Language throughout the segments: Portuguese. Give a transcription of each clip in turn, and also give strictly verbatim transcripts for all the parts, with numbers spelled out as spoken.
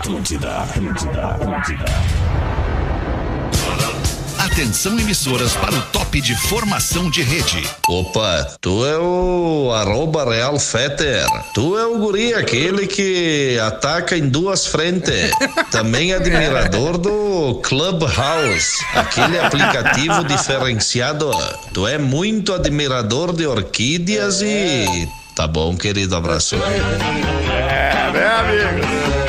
Atlântida, Atlântida, Atlântida. Atenção, emissoras, para o top de formação de rede. Opa, tu é o arroba Real Fetter. Tu é o guri, aquele que ataca em duas frentes. Também admirador do Clubhouse, aquele aplicativo diferenciado. Tu é muito admirador de orquídeas e... Tá bom, querido, abraço. É, né, amigo?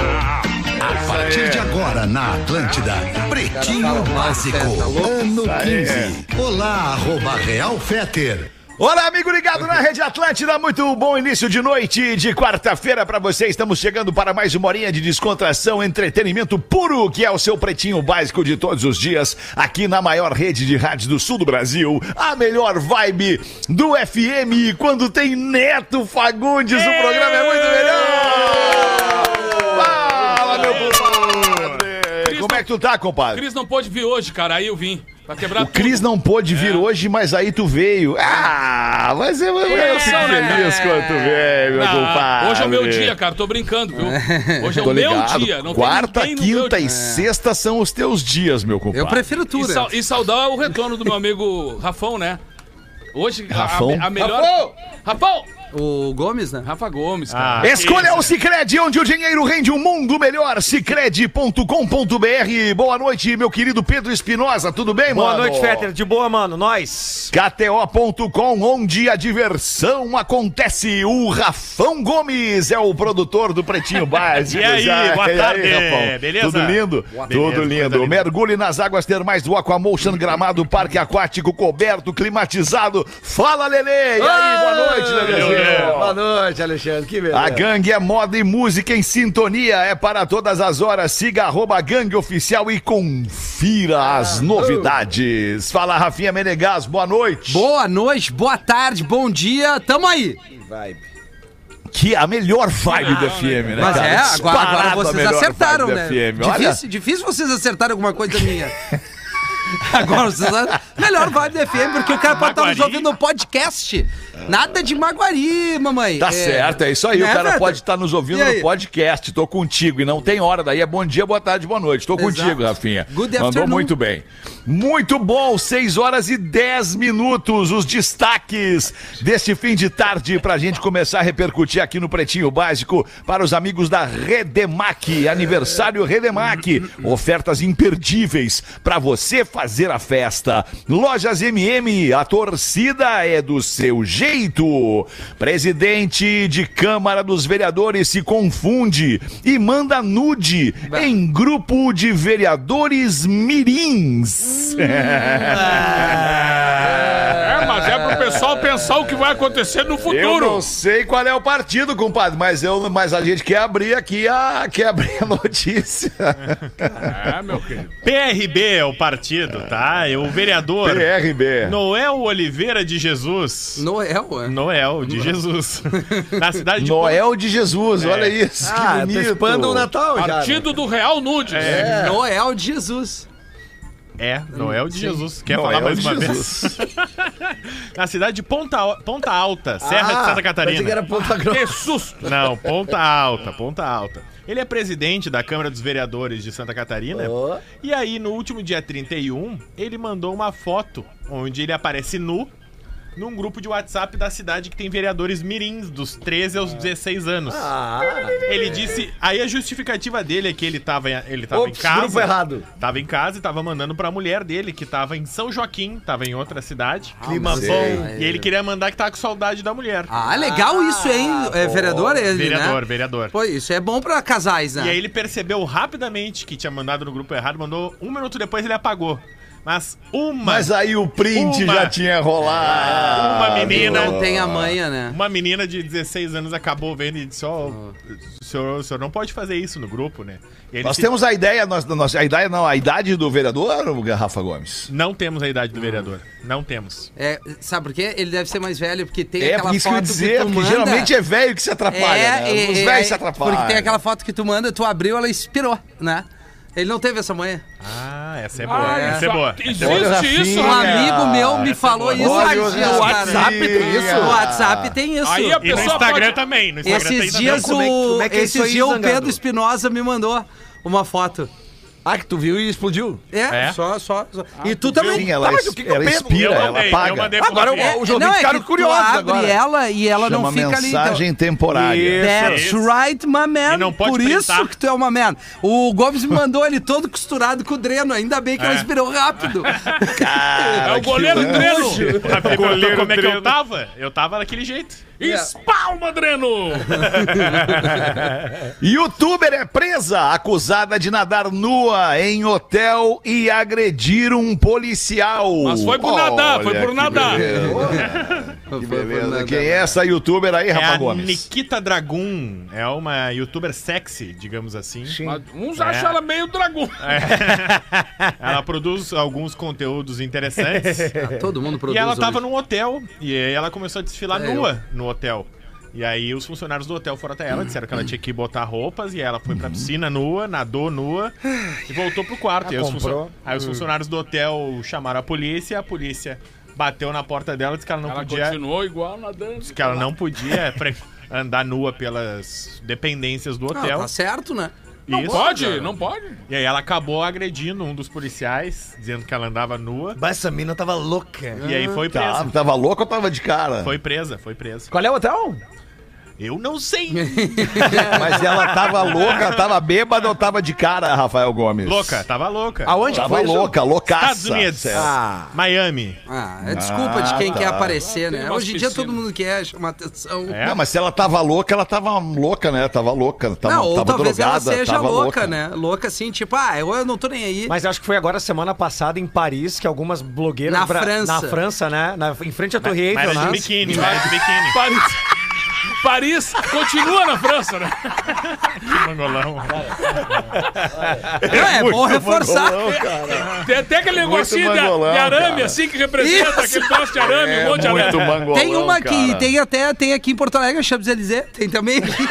A partir de agora na Atlântida, Pretinho Básico, ano quinze. Olá, arroba Real Fetter. Olá, amigo ligado na Rede Atlântida, muito bom início de noite de quarta-feira pra você. Estamos chegando para mais uma horinha de descontração, entretenimento puro, que é o seu Pretinho Básico de todos os dias, aqui na maior rede de rádios do sul do Brasil, a melhor vibe do F M, quando tem Neto Fagundes, o programa é muito melhor! Fala, meu compadre! Como é que tu tá, compadre? O Cris não pôde vir hoje, cara, aí eu vim. Pra quebrar o Cris não pôde vir é. hoje, mas aí tu veio. Ah, mas eu, eu, eu fico feliz é. quando tu veio, meu compadre. Hoje é o meu dia, cara, tô brincando, viu? Hoje é o meu dia. Não Quarta, tem quinta e dia. sexta são os teus dias, meu compadre. Eu prefiro tudo. E, sal, e saudar o retorno do meu amigo Rafão, né? Hoje, Rafão? A, a melhor... Rafão! Rafão! O Gomes, né? Rafa Gomes, cara. Ah, escolha o Sicredi, onde o dinheiro rende um mundo melhor. Sicredi ponto com ponto b r. Boa noite, meu querido Pedro Espinosa. Tudo bem, boa mano? Boa noite, Fetter. De boa, mano. Nós. K T O ponto com, onde a diversão acontece. O Rafão Gomes é o produtor do Pretinho Básico. E aí, já. boa e tarde, aí, Rafão? Beleza? Tudo lindo? Boa, Tudo beleza, lindo. Mergulhe nas águas termais do Aquamotion Gramado, parque aquático coberto, climatizado. Fala, Lelê. E aí, boa noite, Lelê. Boa noite, Alexandre. Que beleza. A Gangue é moda e música em sintonia, é para todas as horas. Siga arroba Gangue Oficial e confira as novidades. Fala, Rafinha Menegas, boa noite. Boa noite, boa tarde, bom dia, tamo aí. Vibe. Que a melhor vibe do F M, né? Mas cara? é, agora, agora vocês acertaram, né? F M. Olha... Difícil, difícil vocês acertarem alguma coisa minha. Agora vocês melhor vibe do F M, porque o cara pode estar nos ouvindo no podcast. Nada de Maguari, mamãe. Tá é... certo, é isso aí. Né, o cara Beto? pode estar nos ouvindo no podcast. Tô contigo. E não tem hora, daí é bom dia, boa tarde, boa noite. Tô Exato. contigo, Rafinha. Good Mandou afternoon. muito bem. Muito bom, seis horas e dez minutos. Os destaques deste fim de tarde pra gente começar a repercutir aqui no Pretinho Básico para os amigos da Redemac. Aniversário Redemac. Ofertas imperdíveis pra você fazer a festa. Lojas M M, a torcida é do seu jeito. Presidente de Câmara dos Vereadores se confunde e manda nude bah. em grupo de vereadores mirins. É, mas é pro pessoal pensar o que vai acontecer no futuro. Eu não sei qual é o partido, compadre, mas, eu, mas a gente quer abrir aqui a, quer abrir a notícia. É, meu querido. P R B é o partido, tá? É o vereador P R B. Noel Oliveira de Jesus. Noel, é? Noel de Jesus. Na cidade de Noel de Jesus, é. Olha isso, ah, que bonito. Antecipando o Natal já. Partido do Real Nudes. É. Noel de Jesus. É, Noel de Jesus. Quer Noel falar mais de uma Jesus. vez? Na cidade de Ponta, Ponta Alta, Serra ah, de Santa Catarina. Que era Ponta Grossa. Que susto! Não, Ponta Alta, Ponta Alta. Ele é presidente da Câmara dos Vereadores de Santa Catarina. Oh. E aí, no último dia trinta e um, ele mandou uma foto onde ele aparece nu num grupo de WhatsApp da cidade que tem vereadores mirins, dos treze aos dezesseis anos. Ah. Ele disse... Aí a justificativa dele é que ele tava, ele tava Ops, em casa... grupo errado. Tava em casa e tava mandando pra mulher dele, que tava em São Joaquim, tava em outra cidade. Ah, Clima bom. E ele queria mandar que tava com saudade da mulher. Ah, legal ah, isso, hein? É vereador ele, Vereador, né? vereador. Pô, isso é bom pra casais, né? E aí ele percebeu rapidamente que tinha mandado no grupo errado, mandou um minuto depois ele apagou. Mas uma... Mas aí o print uma, já tinha rolado. Uma menina... Não tem a manha, né? Uma menina de dezesseis anos acabou vendo e disse, ó... Oh, o, senhor, o senhor não pode fazer isso no grupo, né? Nós se... temos a ideia, nós, nós, a ideia não, a idade do vereador, Rafa Gomes? Não temos a idade do vereador. Não temos. É, sabe por quê? Ele deve ser mais velho, porque tem é, aquela isso foto que, eu ia dizer, que tu porque manda... geralmente é velho que se atrapalha, é, né? É, Os é, velhos se atrapalham. Porque tem aquela foto que tu manda, tu abriu, ela expirou, né? Ele não teve essa manha. Ah, essa é boa. Ah, essa é boa. Existe Olha, isso, Um amigo meu me falou é isso há dias, no WhatsApp tem isso. No WhatsApp tem isso. Aí a E no pessoa Instagram pode... também. No Instagram Esses tem dias, Como é que- o... como é que é isso Esses aí, dias o Zangado? Pedro Espinosa me mandou uma foto. Ah, que tu viu e explodiu. É, É? só, só. só. e tu também. Sim, ela, Tá, mas es- o que que eu ela penso? expira, Eu ela mandei, eu apaga. mandei pro Agora Rafinha. o- os Não, ouvintes é ficaram que curiosos tu abre agora. ela e ela Chama não fica ali. Então. mensagem temporária. That's Isso. right, my man. E não pode Por printar. isso que tu é uma man. O Gomes me mandou ele todo costurado com o dreno. Ainda bem que ela esperou rápido. É o goleiro que Dreno. O Rafinha perguntou como é que eu tava. Eu tava daquele jeito. Espalma, Dreno. Youtuber é presa, acusada de nadar nua em hotel e agredir um policial. Mas foi por nadar, foi por que nadar. beleza. Que beleza. Quem é essa youtuber aí, É Rafa a Gomes? Nikita Dragun. É uma youtuber sexy, digamos assim. Mas uns acham ela meio dragão. Ela produz alguns conteúdos interessantes. Todo mundo produz E ela tava hoje. num hotel. E aí ela começou a desfilar É, nua no hotel. E aí os funcionários do hotel foram até ela, disseram que ela tinha que botar roupas. E ela foi pra piscina nua, nadou nua e voltou pro quarto. E aí, os funcio- aí os funcionários do hotel chamaram a polícia. E a polícia bateu na porta dela e disse que ela não Ela podia... continuou igual nadando. Disse que ela não podia fre- andar nua pelas dependências do Ah, hotel. tá certo, né? Não Isso. pode, não pode. E aí ela acabou agredindo um dos policiais, dizendo que ela andava nua. Mas essa mina tava louca. E aí foi presa. Tava, tava louco ou tava de cara? Foi presa, foi presa. Qual é o hotel? Eu não sei. Mas ela tava louca, tava bêbada ou tava de cara, Rafael Gomes? Louca, tava louca. Aonde Tava foi isso? louca, loucaça. Estados Unidos. Certo. Ah, Miami. Ah, é desculpa de quem tá. quer aparecer, Tem né? umas Hoje em dia piscinas. todo mundo quer chamar atenção. É. Não, mas se ela tava louca, ela tava louca, né? Tava louca, tava, não, ou tava talvez drogada, ela seja tava louca, né? Louca assim, tipo, ah, eu, eu não tô nem aí. Mas acho que foi agora, semana passada, em Paris, que algumas blogueiras... Na bra- França. Na França, né? Na- em frente à Torre Mas Eiffel, era de né? biquíni, mas era de biquíni. Paris. Paris continua na França, né? Que mangolão. Não, é bom reforçar. Mangolão, cara. Tem até aquele negocinho de, mangolão, de arame, cara. assim, que representa Isso. aquele troço de arame, um monte de muito arame. mangolão, Tem uma aqui, cara. tem até tem aqui em Porto Alegre, Champs-Élysées, tem também aqui.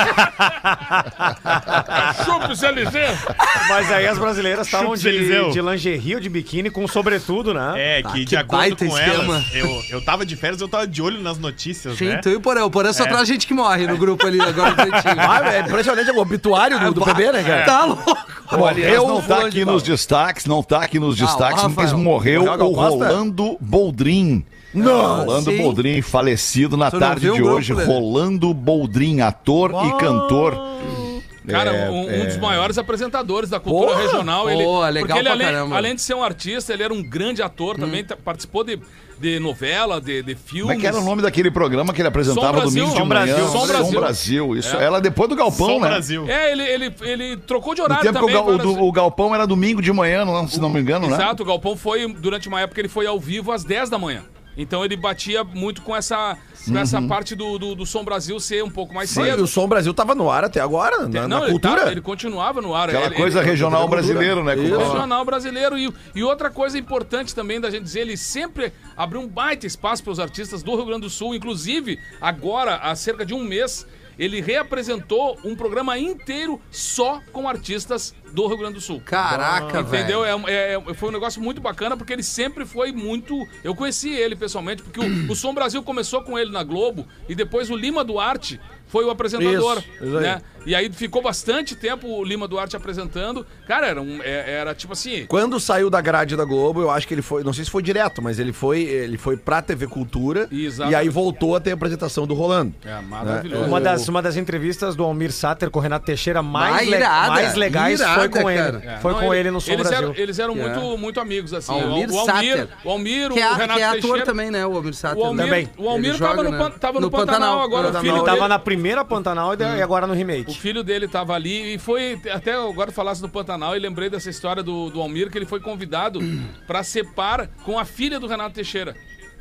Champs-Élysées. Mas aí as brasileiras estavam de, Champs-Élysées. de lingerie ou de biquíni com sobretudo, né? É, que Ah, de que acordo baita com esquema. elas, eu, eu tava de férias, eu tava de olho nas notícias, né? Gente, tu e o Porã. O Porã só É. traz gente que morre no grupo ali agora no pretinho. ah, é impressionante o obituário do, do P B, né, cara? Tá louco. Bom, aliás, Morreu não o tá fulano aqui de nos tal. destaques, não tá aqui nos destaques, o mas Rafael. morreu Morreu o a Gal Costa? Rolando Boldrin. Não, Rolando sim. Boldrin, falecido na Tu não tarde viu de o grupo, hoje. Lelê? Rolando Boldrin, ator e cantor. Cara, É, um, um é. dos maiores apresentadores da cultura Porra! regional. Ele, Pô, legal porque ele, pra além, caramba. além de ser um artista, ele era um grande ator também, tá- participou de, de novela, de, de filmes. Como é que era o nome daquele programa que ele apresentava Som Brasil. domingo de Som manhã? Brasil. Som Brasil. Brasil, isso. É. Ela depois do Galpão, Som né? Brasil. É, ele, ele, ele trocou de No horário tempo que o, também. Gal- o várias do- o Galpão era domingo de manhã, não, se não me engano, né? Exato, o Galpão foi, durante uma época, ele foi ao vivo às dez da manhã. Então ele batia muito com essa, com essa parte do, do, do Som Brasil ser um pouco mais Sim, e cedo. o Som Brasil tava no ar até agora, na, Não, na ele, cultura. tá- ele continuava no ar. Aquela ele, coisa ele, regional cultura. brasileiro, né? Isso. Como- regional brasileiro. E, e outra coisa importante também da gente dizer, ele sempre abriu um baita espaço para os artistas do Rio Grande do Sul. Inclusive, agora, há cerca de um mês, ele reapresentou um programa inteiro só com artistas do Rio Grande do Sul. Caraca, velho. Entendeu? É, é- é- foi um negócio muito bacana, porque ele sempre foi muito... Eu conheci ele pessoalmente, porque o, o Som Brasil começou com ele na Globo, e depois o Lima Duarte foi o apresentador, Isso, isso aí. né? E aí ficou bastante tempo o Lima Duarte apresentando. Cara, era, um, é- era tipo assim... Quando saiu da grade da Globo, eu acho que ele foi, não sei se foi direto, mas ele foi, ele foi pra T V Cultura Exato. e aí voltou a ter a apresentação do Rolando. É, maravilhoso. Uma das, uma das entrevistas do Almir Sater com o Renato Teixeira mais, Ah, le- irada, mais legais irada, foi com cara. ele. É, Foi não, com ele- ele no Som eles Brasil. Eram, eles eram É. muito, muito amigos, assim. Almir o, o Almir, Sater. o Almir, Que é, o Renato que é ator Teixeira. também, né? O Almir Sater. O Almir, Também. o Almir Ele tava, joga, no, né? Pan- tava no, No Pantanal, Pantanal. agora. Pantanal. O filho Ele dele, tava na primeira Pantanal e da- e agora no o remake. filho dele tava ali e foi... Até agora falasse do Pantanal e lembrei dessa história do, do Almir, que ele foi convidado pra ser par com a filha do Renato Teixeira.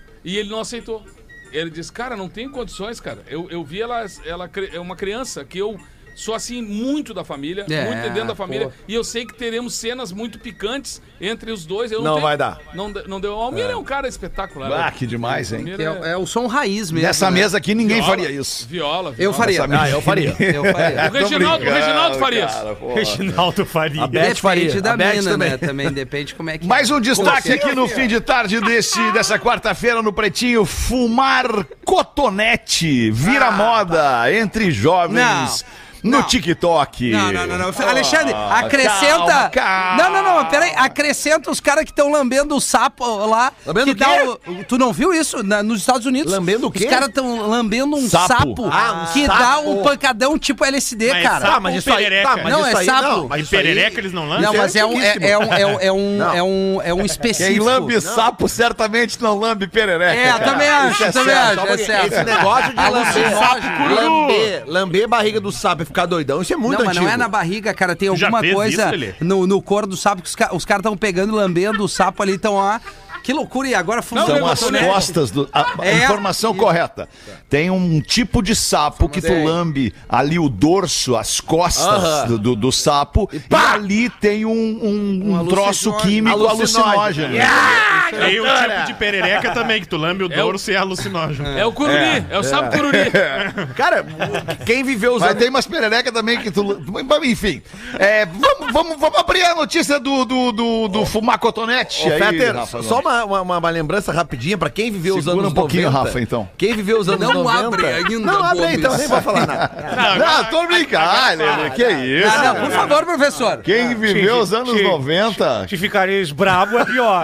E ele não aceitou. Ele disse, cara, não tem condições, cara. Eu, eu vi ela, ela cri- é uma criança que eu sou, assim, muito da família, É, muito dentro da família. pô. E eu sei que teremos cenas muito picantes entre os dois. Eu não, Não tenho- vai dar. Não, de- não deu. O Almir é. um cara espetacular. Ah, que demais, hein? Almir Que é, é o som raiz mesmo. Nessa né? mesa aqui ninguém Viola, faria isso. Viola, Eu viola. faria. Essa Ah, eu faria. Eu faria. O Reginaldo, o Reginaldo Farias. Reginaldo Faria. A Beth faria. Depende da A Beth mina, também. né? Também depende como é que... Mais um destaque aqui no fim de tarde desse, dessa quarta-feira no Pretinho. Fumar cotonete vira moda entre jovens. no Não. TikTok. Não, não, não, não. Alexandre, acrescenta. calma, calma. Não, não, não, peraí. Acrescenta os caras que estão lambendo o sapo lá. Lambendo que o quê? dá o- Tu não viu isso? Na- nos Estados Unidos. Lambendo o quê? Os caras estão lambendo um Sapo. sapo, Ah, um que sapo. dá um pancadão tipo L S D, Mas cara. sapo Tá, mas ou isso aí, perereca? tá, mas Não, isso é aí, sapo. não, mas E isso aí- perereca eles não lançam? Não, mas é um, é, é um, é um, é um, Não. é um, é um específico. Quem lambe sapo certamente não lambe perereca. É, eu também acho, eu também acho, é certo. Esse negócio de lamber, Alucinógeno. lamber, lamber a barriga do sapo e ficar doidão, isso é muito Não, mas antigo. não é na barriga, cara. Tem já alguma fez coisa isso, Lelê? no, no couro do sapo que os, ca- os caras estão pegando, lambendo o sapo ali, estão lá. Que loucura, e agora São funciona as costas do. A, a É. informação correta. Tem um tipo de sapo que tu Tem. lambe ali o dorso, as costas Aham. do, do, do sapo, e, ali tem um, um, um troço alucinógeno. químico Alucinógeno. alucinógeno. Tem o tipo de perereca também, que tu lambe o É o- dorso e é alucinógeno. É o cururi, é, o sapo cururi. Cara, quem viveu os Mas anos... tem umas perereca também que tu. Enfim. É, vamos, vamos, vamos abrir a notícia do, do, do, do fumar cotonete. Ô, aí, Fetter, Rafa só Gomes. uma, uma, uma lembrança rapidinha pra quem viveu os Segura anos um pouquinho, noventa. Rafa, então. Quem viveu os anos Não noventa... abre ainda, Não abre aí, Gomes. então, nem vou falar nada. Não, tô brincando, Lelê, que isso? Ah, não, por favor, professor. Quem viveu os anos se- noventa. Se ficares brabo é pior.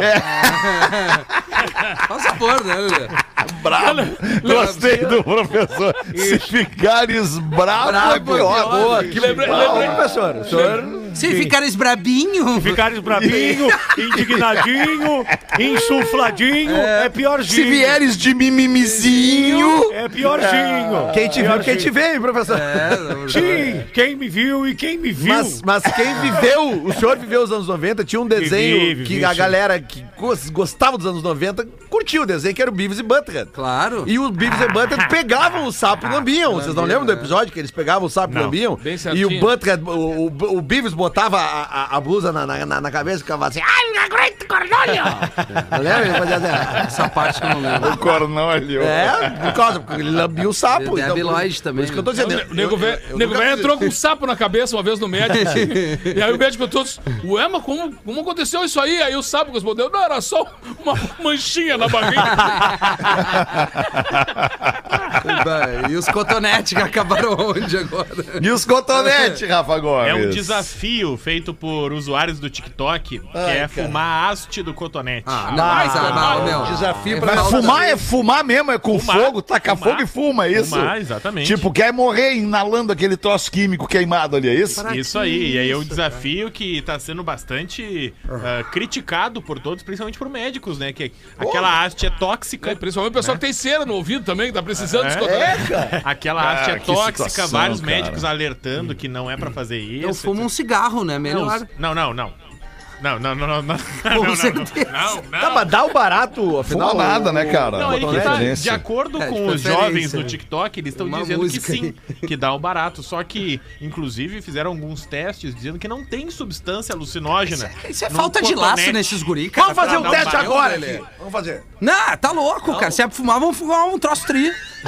Faz favor, né, Lelê? Bravo. Gostei do professor. Se ficares bravo, Bravo é pior. Boa, que Lembra- legal, lembra- professor. O senhor... Se ficares brabinho. Ficares brabinho, indignadinho, insufladinho, é, piorzinho. Se vieres de mimimizinho. É piorzinho. Quem te viu, quem te vê, hein, professor? Sim, quem me viu e quem me viu. Mas, mas quem viveu, o senhor viveu os anos noventa, tinha um desenho Vivi, vivi, que a sim. galera que gos- gostava dos anos noventa curtiu o desenho, que era o Beavis e Butthead. Claro. E os Beavis e Butthead pegavam o sapo e lambiam. Vocês não lembram do episódio que eles pegavam o sapo e Não. lambiam? Bem E certinho. o Butthead, o, o, o Beavis botava a, a, a blusa na, na, na- na cabeça e ficava assim, ai, não aguento, cornolho! Não lembra? Ele fazia assim, Essa parte que eu não lembro. O cornóleo. é, por causa, porque ele lambia o sapo. É biloide por- também, Por isso que eu tô né? dizendo. O nego eu- velho eu nego nunca velho fiz entrou isso. com um sapo na cabeça uma vez no médico. E aí o médico todos, ué, mas como, como aconteceu isso aí? Aí o sapo respondeu, não, era só uma manchinha na barriga. E os cotonetes que acabaram onde agora? E os cotonetes, Rafa Gomes? É um desafio feito por usuários do TikTok, que é fumar a haste do cotonete. Ah, não, mas, ah, não, meu. Desafio É pra Mas falta fumar de- é fumar mesmo, é com Fumar, fogo, taca fumar, fogo e fuma, é isso? Fumar, exatamente. Tipo, quer morrer inalando aquele troço químico queimado ali, é isso? Isso aí, e aí é um desafio que tá sendo bastante ah, criticado por todos, principalmente por médicos, né? Que aquela haste é tóxica. É, principalmente o pessoal que tem cera no ouvido também, que tá precisando desse cotonete. Aquela haste Ah, é que tóxica, situação, vários cara. médicos alertando que não é pra fazer isso. Eu fumo um cigarro, né? Melhor. Não, não, não. Não, não, não, não. não, Com não, não, certeza. Não, não. Tá, mas dá o barato, afinal. Fuma nada, né, cara? Não, aí que tá, Cotonete. de acordo É, de com os preferência, jovens no né? TikTok, eles estão Uma dizendo que música sim, que dá o barato. Só que, inclusive, fizeram alguns testes dizendo que não tem substância alucinógena. Isso é no falta de laço cotonete. nesses guri, cara. Vamos fazer pra um dar um teste barulho, agora, Lelê. aqui. Vamos fazer. Não, tá louco, cara. Se é pra fumar, vamos fumar um troço tri.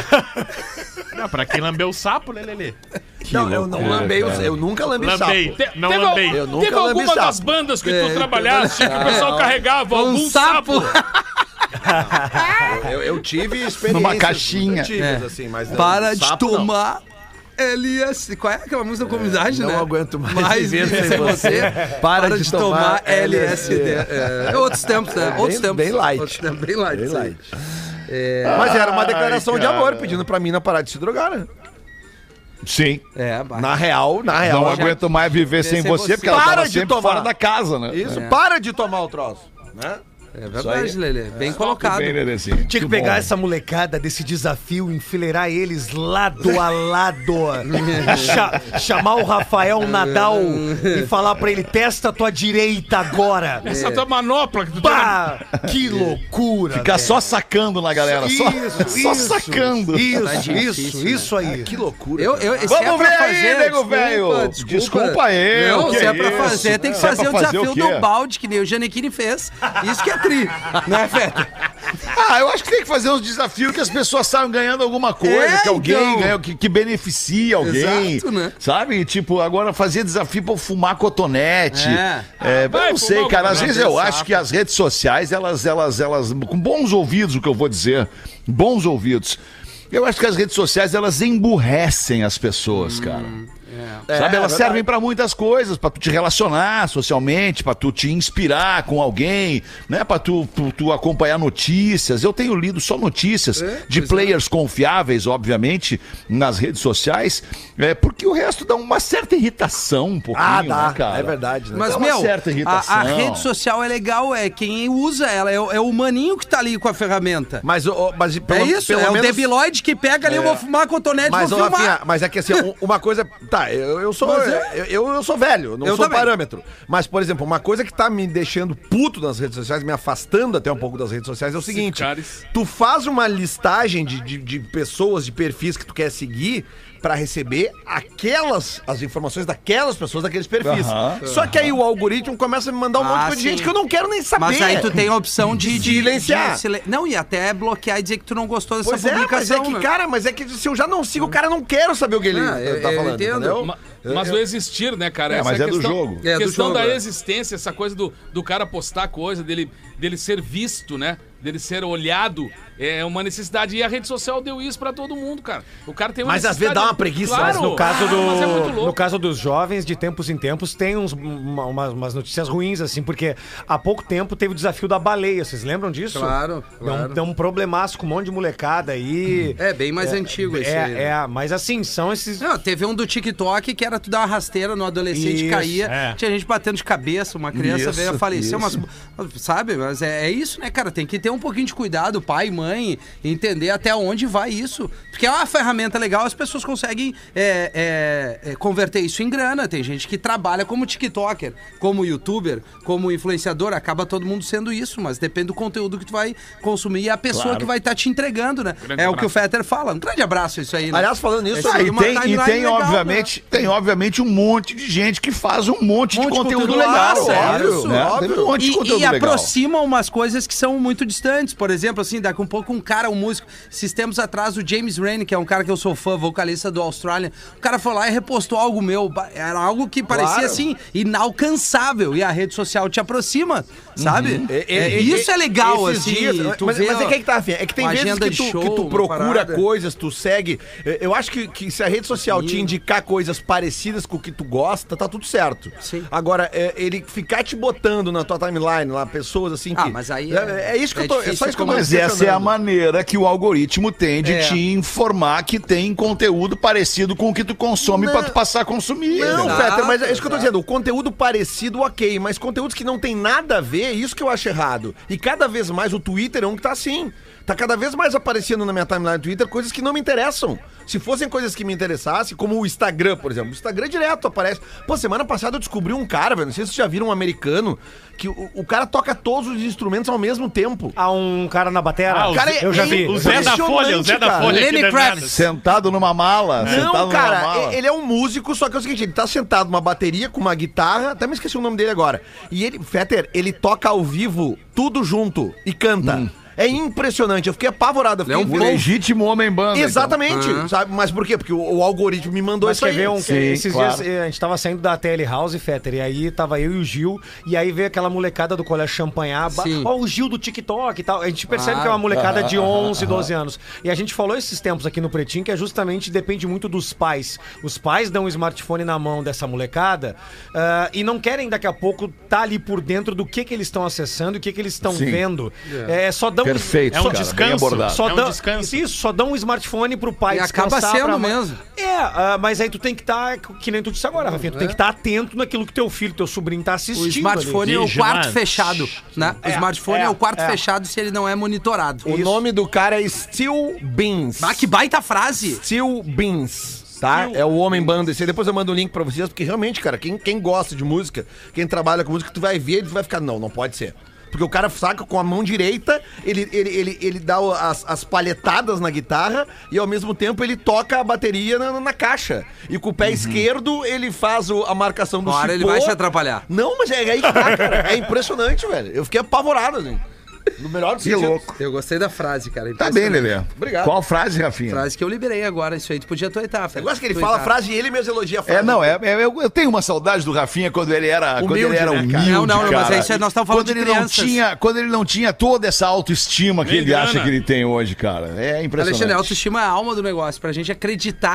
Não, pra quem lambeu o sapo, né, Lelê? Não, eu não lambei, os- eu nunca lambei Lambei. sapo. Te- Não teve lambei. al- Eu nunca teve lambi alguma sapo. das bandas que É, tu trabalhaste que o pessoal carregava Um algum sapo. sapo? Eu, eu tive experiências Numa caixinha. antigas, assim, mas não, Para de sapo, não. tomar L S. Qual é aquela música da comunidade, Não né? aguento mais, Mais viver sem você. Para, de, tomar L S D. L S D. É, outros tempos, né? Bem- Outros tempos. bem light. Outros tempos, bem light. Bem isso aí. light. Mas era uma declaração de cara. amor, pedindo pra mina parar de se drogar, né? Sim. É, bah. Na real, na real. Não já- aguento mais viver sem, sem você, você. porque ela Para tava de sempre tomar. fora da casa, né? Isso, para de tomar o troço, né? É verdade, Lelê. Bem colocado. Bem, Lelezinho. Tinha que Muito pegar bom. essa molecada desse desafio, enfileirar eles lado a lado. Cha- chamar o Rafael Nadal e falar pra ele: testa a tua direita agora. Essa tua manopla que tu tem na... Pá! Que loucura! Ficar só sacando na galera, só, Isso, só isso, sacando. Isso, Tá difícil, isso, né? isso aí. Que loucura. Eu, eu, se Vamos é pra ver fazer, aí, nego desculpa, velho. Desculpa, Desculpa aí, Não, o que se é é pra isso? fazer, tem que Se é fazer pra o fazer desafio o quê? do balde, que nem o Janequine fez. Isso que é tri. Né, Feta? Ah, eu acho que tem que fazer uns desafios que as pessoas saiam ganhando alguma coisa, É, que alguém então. ganha, que, que beneficia alguém. Exato, né? Sabe? Tipo, agora fazer desafio pra fumar cotonete. É. É, Vai eu não sei, fumar cara. Às cotonete, vezes eu sapo. acho que as redes sociais, elas, elas, elas, com bons ouvidos, o que eu vou dizer, bons ouvidos. Eu acho que as redes sociais, elas emburrecem as pessoas, cara. É. Sabe, É, elas é servem pra muitas coisas, pra tu te relacionar socialmente, pra tu te inspirar com alguém, né? Pra tu, tu, tu acompanhar notícias. Eu tenho lido só notícias É, de pois players confiáveis, obviamente, nas redes sociais, é, porque o resto dá uma certa irritação um pouquinho, Ah, dá. né, cara? É verdade, né? Mas, Dá uma meu, certa a, irritação. a rede social é legal, é quem usa ela, é, o- é o maninho que tá ali com a ferramenta. Mas, ô, mas É pelo- isso, pelo é o menos- debiloide que pega ali, eu vou fumar a cotonete e Mas, vou ô, filmar. Rafinha, mas é que assim, um- uma coisa. Tá, eu, eu sou. Mas é- Eu, eu, eu sou velho, não Eu sou também. parâmetro. Mas, por exemplo, uma coisa que tá me deixando puto nas redes sociais, me afastando até um pouco das redes sociais, é o seguinte: caras. tu faz uma listagem de, de, de pessoas, de perfis que tu quer seguir pra receber aquelas, as informações daquelas pessoas, daqueles perfis. Aham. Só que aí o algoritmo começa a me mandar um Ah, monte de sim. gente que eu não quero nem saber. Mas aí tu tem a opção de, de Silenciar. de silen- Não, e até bloquear e dizer que tu não gostou dessa Pois é, mas publicação. é que, né? cara, mas é que se eu já não sigo o cara, eu não quero saber o que ele Ah, eu- tá eu falando, entendo. entendeu? Ma- Mas o existir, né, cara? É, Essa mas é do questão, jogo. É do questão jogo, da é. existência, essa coisa do, do cara postar coisa, dele, dele ser visto, né? Dele ser olhado, é uma necessidade. E a rede social deu isso pra todo mundo, cara. O cara tem uma Mas às vezes necessidade- dá uma preguiça, Claro, Mas no caso, do, mas é muito louco. no caso dos jovens, de tempos em tempos, tem uns, uma- uma- umas notícias ruins, assim, porque há pouco tempo teve o desafio da baleia. Vocês lembram disso? Claro, Deu um, claro. deu um problemaço com um monte de molecada aí. É bem mais antigo esse aí, né? É, é, mas assim, são esses. Não, teve um do TikTok que era tu dar uma rasteira no adolescente Isso, caía, é. tinha gente batendo de cabeça, uma criança Isso, veio a falecer, isso. mas, sabe? Mas é, é isso, né, cara? Tem que ter um pouquinho de cuidado, pai, mãe, entender até onde vai isso. Porque é uma ferramenta legal, as pessoas conseguem é, é, é, converter isso em grana. Tem gente que trabalha como TikToker, como youtuber, como influenciador, acaba todo mundo sendo isso, mas depende do conteúdo que tu vai consumir e a pessoa Claro. que vai estar te entregando, né? Grande é o que o abraço. Fetter fala. Um grande abraço isso aí, né? Aliás, falando nisso, Esse Ah, aí e uma tem, e timeline tem legal, obviamente, tem obviamente um monte de gente que faz um monte, Monte de de conteúdo, conteúdo legal, legal, óbvio, isso, né? óbvio. Tem um monte de E, conteúdo e legal. aproximam umas coisas que são muito distantes. Por exemplo, assim, daqui um pouco um cara, um músico. Esses tempos atrás, o James Raine, que é um cara que eu sou fã, vocalista do Australian, o cara foi lá e repostou algo meu. Ba- Era algo que parecia Claro. assim, inalcançável. E a rede social te aproxima, sabe? É, É, é, isso é legal, esses assim. dias- tu mas, vê mas é que aí que tá, Rafinha, é que tem uma vezes agenda que de tu, show, que tu uma procura parada. coisas, tu segue. Eu acho que, que se a rede social te indicar coisas parecidas com o que tu gosta, tá tudo certo. Sim. Agora, é, ele ficar te botando na tua timeline lá, pessoas assim que... Ah, mas aí É, é- é isso que é eu tô... É difícil só isso que eu tô Mas essa é a questionando. maneira que o algoritmo tem de É. te informar que tem conteúdo parecido com o que tu consome Não. pra tu passar a consumir. Não, né? Fetter, mas é isso que eu tô exato. dizendo. O conteúdo parecido, ok, mas conteúdos que não tem nada a ver, isso que eu acho errado. E cada vez mais o Twitter é um que tá assim. Tá cada vez mais aparecendo na minha timeline do Twitter coisas que não me interessam. Se fossem coisas que me interessassem, como o Instagram, por exemplo. O Instagram direto aparece. Pô, semana passada eu descobri um cara, velho, não sei se vocês já viram um americano, que o, o cara toca todos os instrumentos ao mesmo tempo. Há um cara na batera. Ah, o Cara, eu já é vi. O Zé da Folha, o Zé da cara. Folha aqui Lenny das Kravitz. merdas. Sentado numa mala. sentado Não, numa cara, mala. e- ele é um músico, só que é o seguinte, ele tá sentado numa bateria com uma guitarra, até me esqueci o nome dele agora. E ele, Fetter, ele toca ao vivo tudo junto e canta. É impressionante, eu fiquei apavorado. Eu Ele é fiquei um O legítimo homem banda. Exatamente, Então. sabe? Mas por quê? Porque o, o algoritmo me mandou Mas isso quer aí. ver um, Sim, esses claro. dias eh, a gente tava saindo da T L House, Fetter, e aí tava eu e o Gil, e aí veio aquela molecada do colégio Champanhar, Sim. ó, o Gil do TikTok e tal. A gente percebe Claro. que é uma molecada de Aham, onze, aham. doze anos. E a gente falou esses tempos aqui no Pretinho que é justamente depende muito dos pais. Os pais dão um smartphone na mão dessa molecada ah, e não querem daqui a pouco tá ali por dentro do que que eles estão acessando e o que que eles estão Sim. vendo. É, só dão Perfeito, É um cara, bem descanso. abordado. Só É um dão, descanso. Isso, só dão um smartphone pro pai E acaba descansar sendo pra mãe. mesmo. É, ah, mas aí tu tem que estar, que nem tu disse agora, Rafinha, tu tem que estar atento naquilo que teu filho, teu sobrinho tá assistindo. O smartphone ali. é o quarto Vigilante. fechado, né? O É, smartphone é, é, o quarto é. fechado se ele não é monitorado. O nome do cara é Steel Beans. Ah, que baita frase! Steel Beans, tá? É o homem banda. Esse aí depois eu mando o link pra vocês, porque realmente, cara, quem, quem gosta de música, quem trabalha com música, tu vai ver, ele vai ficar, não, não pode ser. Porque o cara saca com a mão direita, ele, ele, ele, ele dá o- as, as palhetadas na guitarra e ao mesmo tempo ele toca a bateria na, na caixa. E com o pé esquerdo ele faz o- a marcação do Uma hora ele cipó. vai te atrapalhar. Não, mas é aí que tá, cara. É impressionante, velho. Eu fiquei apavorado, assim. No melhor dos Que sentidos. louco. Eu gostei da frase, cara. Tá bem, Impressionante. Lelê. Obrigado. Qual frase, Rafinha? Frase que eu liberei agora, isso aí tu podia tuitar, Eu Fê. gosto que ele Tuitar. fala a frase e ele mesmo elogia a frase. É, não, é, é- eu, eu tenho uma saudade do Rafinha quando ele era quando Humilde, ele era né, humilde, cara? Não, não, mas cara. é isso aí, nós estamos falando quando de ele não crianças. tinha, quando ele não tinha toda essa autoestima que Nem ele grana. acha que ele tem hoje, cara. É impressionante. Alexandre, a autoestima é a alma do negócio, pra gente acreditar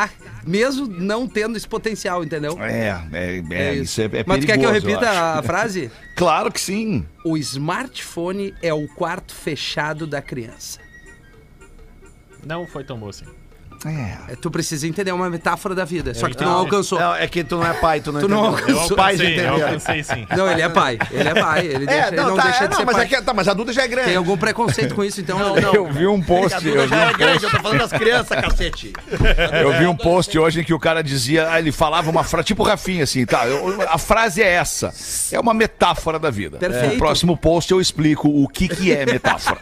mesmo não tendo esse potencial, entendeu? É, é, é, É isso é, é perigoso. Mas tu quer que eu repita acho. a frase? Claro que sim. O smartphone é o quarto fechado da criança. Não foi tão bom assim. É. É, tu precisa entender uma metáfora da vida, só que tu não Não. alcançou. Não, é que tu não é pai, tu não Tu não entendeu. Eu alcançou. Pais alcancei, eu entenderam. alcancei sim. Não, ele é pai. Ele é pai. Ele, deixa, É, ele não, não tá, deixa é, de não, ser mas, pai. é que, tá, mas a Duda já é grande. Tem algum preconceito com isso, então? Eu vi um post, A eu Duda vi já um é grande, eu tô falando das crianças, cacete. Eu vi um post hoje em que o cara dizia, ah, ele falava uma frase, tipo o Rafinha, assim, tá? eu- a frase é essa. É uma metáfora da vida. Perfeito. No próximo post eu explico o que, que é metáfora.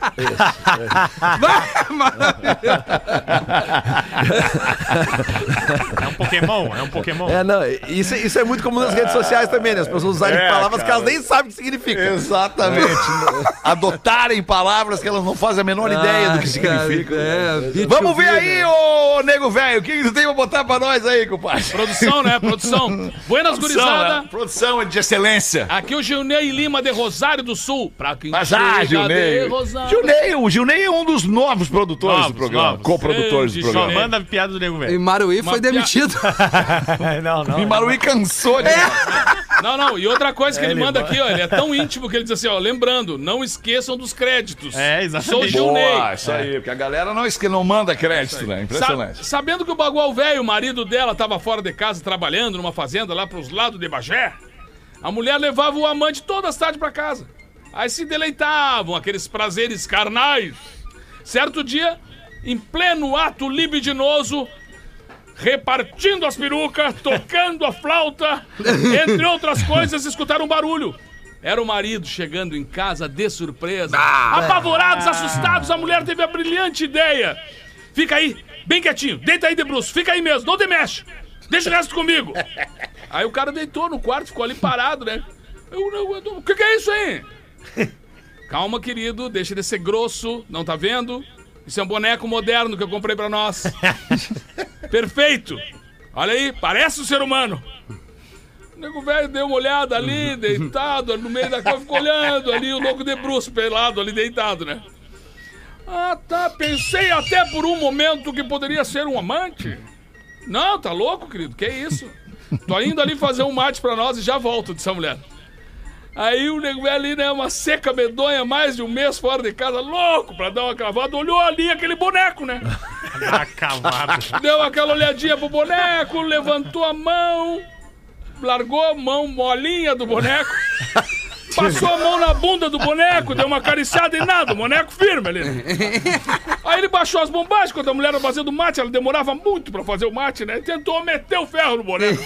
É um Pokémon, é um Pokémon. É, não, isso, isso é muito comum nas redes sociais também, né? As pessoas usarem É, palavras que cara. elas nem sabem o que significa. Exatamente. Adotarem palavras que elas não fazem a menor ideia do que significa. É, Vamos ver aí, ô nego velho, o que que tu tem pra botar pra nós aí, compadre? Produção, né? Produção. Buenas, gurizada. né? Produção de excelência. Aqui o Gilney Lima de Rosário do Sul. Pra quem Mas ah, chega Gilney. de Rosário. Gilney, o Gilney é um dos novos produtores Novos, do programa, novos. coprodutores do Grande Só programa. manda a piada do nego E velho. Maruí Uma foi pia- demitido. não, não. E Maruí cansou de... Não, não. E outra coisa que ele manda aqui, ó. Ele é tão íntimo que ele diz assim, ó. Lembrando, não esqueçam dos créditos. É, exatamente. Sou Gilney. Boa, isso aí, porque a galera não, esque- não manda crédito, né? Sa- Impressionante. sabendo que o Bagual Velho, o marido dela, tava fora de casa trabalhando numa fazenda lá pros lados de Bagé, a mulher levava o amante todas as tardes pra casa. Aí se deleitavam, aqueles prazeres carnais. Certo dia, em pleno ato libidinoso, repartindo as perucas, tocando a flauta, entre outras coisas, escutaram um barulho. Era o marido chegando em casa de surpresa. Apavorados, assustados, a mulher teve a brilhante ideia. Fica aí, bem quietinho, deita aí de bruço, fica aí mesmo, não te mexe. Deixa o resto comigo. Aí o cara deitou no quarto, ficou ali parado, né? Eu, eu, eu, o que, que é isso aí? Calma, querido, deixa de ser grosso, não tá vendo? Isso é um boneco moderno que eu comprei pra nós. Perfeito. Olha aí, parece um ser humano. O nego velho deu uma olhada ali, deitado, no meio da coisa, ficou olhando ali, o louco de bruxo pelado ali, deitado, né? Ah, tá, pensei até por um momento que poderia ser um amante. Não, tá louco, querido, que isso? Tô indo ali fazer um mate pra nós e já volto, disse a mulher. Aí o nego velho ali, né, uma seca medonha, mais de um mês fora de casa, louco pra dar uma cravada, olhou ali aquele boneco, né? Acabado. Deu aquela olhadinha pro boneco, levantou a mão, largou a mão molinha do boneco, passou a mão na bunda do boneco, deu uma acariciada e nada, o boneco firme ali. Né? Aí ele baixou as bombagens, quando a mulher era fazendo mate, ela demorava muito pra fazer o mate, né? Tentou meter o ferro no boneco.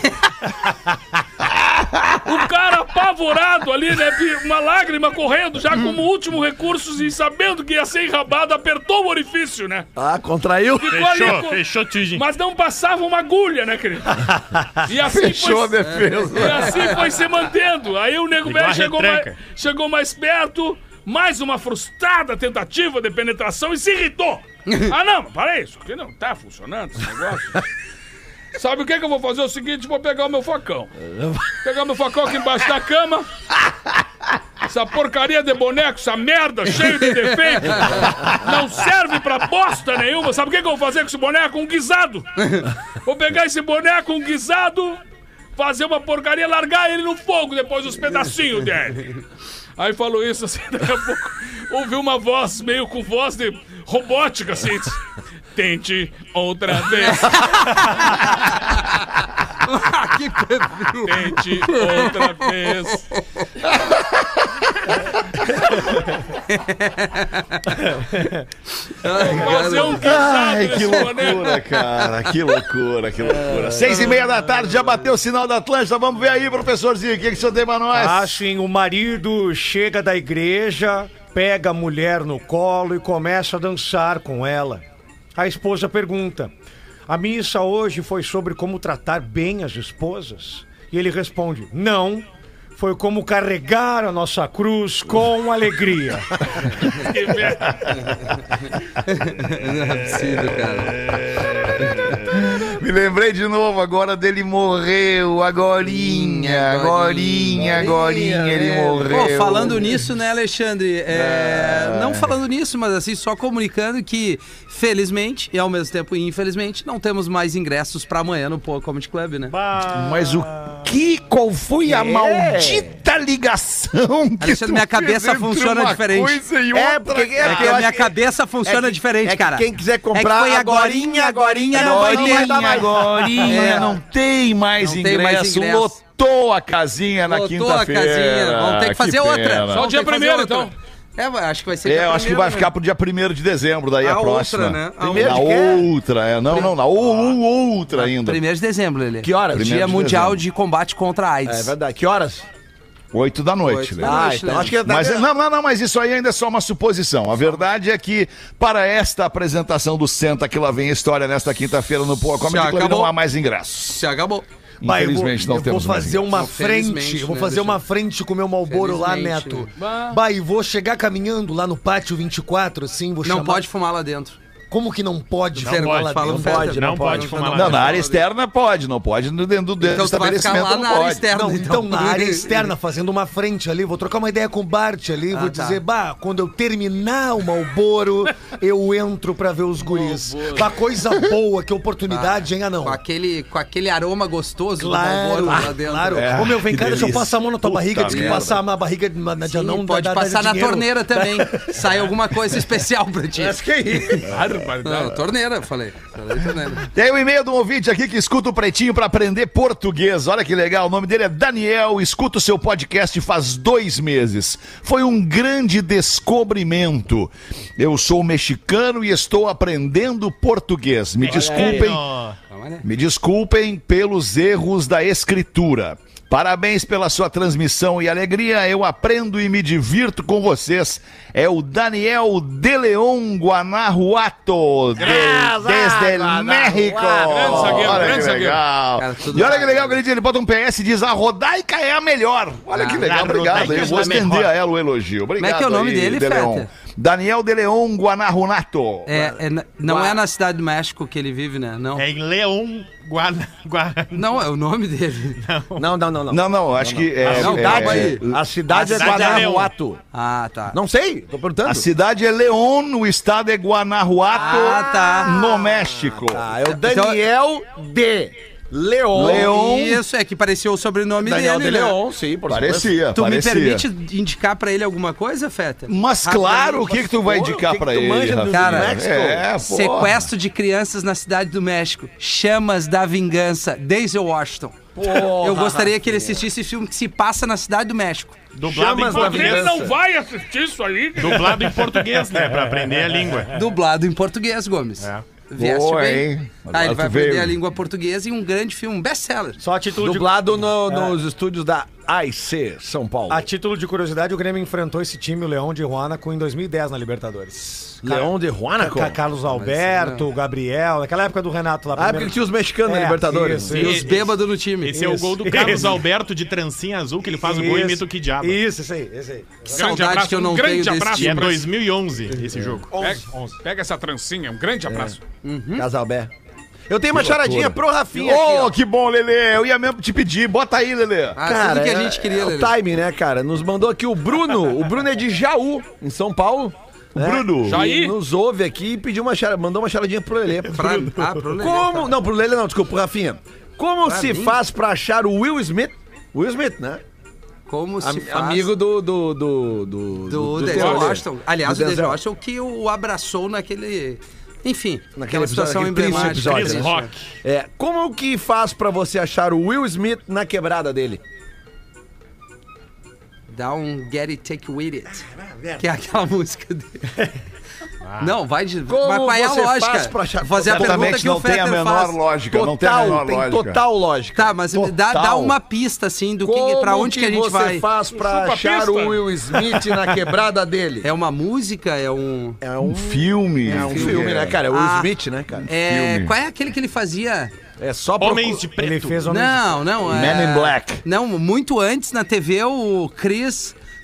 O cara apavorado ali, né? Uma lágrima correndo, já como último recurso e sabendo que ia ser enrabado, apertou o orifício, né? Ah, contraiu? Ficou ali Fechou, com- fechou, Tijin. Mas não passava uma agulha, né, querido? E assim Fechou a foi, defesa. e assim foi se mantendo. Aí o nego Igual velho a chegou mais, retranca. chegou mais perto, mais uma frustrada tentativa de penetração e se irritou. Ah, não, para isso aqui não tá funcionando esse negócio. Sabe o que que eu vou fazer? É o seguinte, vou pegar o meu facão. Pegar meu facão aqui embaixo da cama. Essa porcaria de boneco, essa merda cheio de defeito, não serve pra bosta nenhuma. Sabe o que que eu vou fazer com esse boneco? Um guisado. Vou pegar esse boneco, um guisado, fazer uma porcaria, largar ele no fogo depois os pedacinhos dele. Aí falou isso assim, daqui a pouco ouviu uma voz meio com voz de robótica assim. Tente outra vez. Que perfil. Tente outra vez. Fazer um Ai, guisado que nesse boneco. loucura, cara. Que loucura, que loucura. Seis e meia da tarde, já bateu o sinal da Atlântida. Vamos ver aí, professorzinho, o que, que o senhor tem pra nós? Assim, o marido chega da igreja, pega a mulher no colo e começa a dançar com ela. A esposa pergunta: a missa hoje foi sobre como tratar bem as esposas? E ele responde: não, foi como carregar a nossa cruz com alegria. Não é possível, cara. Me Me lembrei de novo agora dele morreu, agorinha, agorinha, agorinha, ele morreu. Pô, falando nisso, né, Alexandre? É, não falando nisso, mas assim, só comunicando que, felizmente, e ao mesmo tempo infelizmente, não temos mais ingressos pra amanhã no Poa Comedy Club, né? Mas o que, qual foi a maldita ligação que Alexandre, tu minha cabeça fez entre funciona uma diferente. coisa e É, outra, porque- cara? É que a minha cabeça funciona é que- diferente, é que cara. quem quiser É que comprar foi agorinha, agorinha, não vai Agorinha, ter. dar mais. agorinha, É. não tem mais Não ingresso, tem mais ingresso. lotou a casinha na Lotou a quinta-feira. casinha. Vamos ter que fazer outra. pena. Só o Vamos dia ter que fazer primeiro, outra. então. É, acho que vai ser É, dia eu acho que primeiro, vai né? ficar pro dia primeiro de dezembro, daí a, A próxima. outra, né? A Primeiro Na de quê? outra, é. Não, não, na ou- outra ainda. Primeiro de dezembro, Lelê. Que horas? Dia Primeiro de Mundial dezembro. de Combate contra a AIDS. É verdade. Que horas? Oito da noite, Oito Lelê. da Ah, noite, então né? acho que... Mas, não, não, não, mas isso aí ainda é só uma suposição. A verdade é que, para esta apresentação do Senta que lá vem a história nesta quinta-feira no Poa Comedy Já Club, acabou. não há mais ingressos. Se acabou. Vai, eu vou- Infelizmente não eu temos vou mais fazer ingressos. uma frente, Infelizmente, eu vou né, fazer uma Alexandre? frente com o meu Malboro lá, Felizmente, Neto. né? Bah. Bah, e vou chegar caminhando lá no pátio vinte e quatro, assim, vou Não chamar... pode fumar lá dentro. Como que não pode? Não fumar pode, lá fala dentro? o Fetter. Não pode fumar lá Não, dentro. na área externa pode, não pode no dentro do dentro do Então tu vai ficar estabelecimento, lá não na área pode. externa. Não, então na área externa, fazendo uma frente ali, vou trocar uma ideia com o Bart ali, Ah, vou tá. dizer, bah, quando eu terminar o Malboro, eu entro pra ver os guris. Bah, coisa boa, que oportunidade, hein, Anão? Com aquele, com aquele aroma gostoso Claro, do Malboro lá dentro. claro. É, Ô, meu, vem que cá, deixa eu delícia. passar a mão na tua Puta barriga, diz que merda. passar na barriga de, na, de Sim, anão pode dá- dá passar na dinheiro. torneira também. Sai alguma coisa especial pra ti. Mas que isso? Não, torneira, eu falei. Falei torneira. Tem um e-mail de um ouvinte aqui que escuta o Pretinho pra aprender português. Olha que legal. O nome dele é Daniel. Escuta o seu podcast faz dois meses. Foi um grande descobrimento. Eu sou mexicano e estou aprendendo português. Me desculpem. Me desculpem pelos erros da escritura. Parabéns pela sua transmissão e alegria. Eu aprendo e me divirto com vocês. É o Daniel de León Guanajuato, de, desde el México. Grande zagueiro, Olha grande que zagueiro. legal. Cara, tudo E olha que bem. legal que ele diz, ele bota um P S e diz: a Rodaica é a melhor. Olha que Ah, legal, a obrigado. Rodaica Eu vou é a estender melhor. a ela o elogio. Obrigado. Como é que é o nome aí, dele, de León. Fetter? Daniel de León Guanajuato. É, é na- não é na cidade do México que ele vive, né? Não. É em Leão, Guana... Guana... Não, é o nome dele. Não, não, não, não. Não, não, acho que é. Não, é- calma aí. A cidade A é cidade é Guanajuato. Ah, tá. Não sei, tô perguntando. A cidade é León, o estado é Guanajuato, Ah, tá. no México. Ah, é o Daniel de Leon. Leon. Isso, é que parecia o sobrenome Daniel dele, de né? Leon, sim, por supuesto. Parecia, Tu parecia. me permite indicar pra ele alguma coisa, Fetter? Mas Rapidinho. claro, o que que tu vai Pô, indicar o que que pra tu ele, manja do Rafinha? Cara, México? É, pô. Sequestro de crianças na cidade do México. Chamas da Vingança, Denzel Washington. Eu gostaria que ele assistisse esse filme que se passa na cidade do México. Dublado em Chamas da português. Vingança. Não vai assistir isso aí? Dublado em português, né? Pra aprender a língua. Dublado em português, Gomes. É. Vieste Boa, bem. hein? Ah, Agora ele vai tu veio. aprender a língua portuguesa e um grande filme, um best-seller. Só a título de... Dublado no- nos estúdios da A I C, São Paulo. A título de curiosidade, o Grêmio enfrentou esse time, o Leão de Juanaco, em dois mil e dez na Libertadores. Leão de Juanaco? Ca- Carlos Alberto, o Gabriel, naquela época do Renato lá. Ah, é porque primeiro- tinha os mexicanos na É, Libertadores. isso, E os bêbados no time. Esse é o Isso, gol do Carlos isso. Alberto de trancinha azul, que ele faz o gol e imita o Kid Diabo. Isso, isso aí, isso aí. Que saudade que eu não um tenho grande desse abraço E é time. dois mil e onze esse jogo. Pega, pega essa trancinha, um grande abraço. Casalbé. Eu tenho uma charadinha pro Rafinha aqui, Ô, ó. que bom, Lelê. Eu ia mesmo te pedir. Bota aí, Lelê. Ah, tudo que a gente é- queria, é o Lelê. time, né, cara? Nos mandou aqui o Bruno. O Bruno é de Jaú, em São Paulo. né? Bruno. Jaí? E nos ouve aqui e pediu uma chara, mandou uma charadinha pro Lelê. Pra- ah, pro Lelê, Como? tá. Não, pro Lelê não, desculpa, pro Rafinha. Como Pra se mim? faz pra achar o Will Smith? Will Smith, né? Como se Am- faz... Amigo do. Do, do, do, do, do Denzel teu- Washington. Aliás, do o Denzel Denzel. Washington que o abraçou naquele... Enfim, Naquele naquela situação episódio, aquele triste emblemática. episódio, Chris né? Rock. É, como que faz pra você achar o Will Smith na quebrada dele? Dá um Get It, Take With It. Que é aquela música dele. Não, vai de... Como Mas qual é a você faz lógica? pra achar- Vou fazer a pergunta Totalmente que o não tem a Fetter menor faz. lógica. Não tem a Total, menor tem lógica. total lógica. Tá, mas dá, dá uma pista, assim, do que, Como pra onde que, a gente você vai. faz pra Chupa achar pista. o Will Smith na quebrada dele? É uma música? É um... É Um filme. É um filme, né, cara? É o Will Ah. Smith, né, cara? É... Filme. Qual é aquele que ele fazia? É só procu- Homens de preto. Ele fez Homem Não, não. Man é... in Black. Não, muito antes na T V o Chris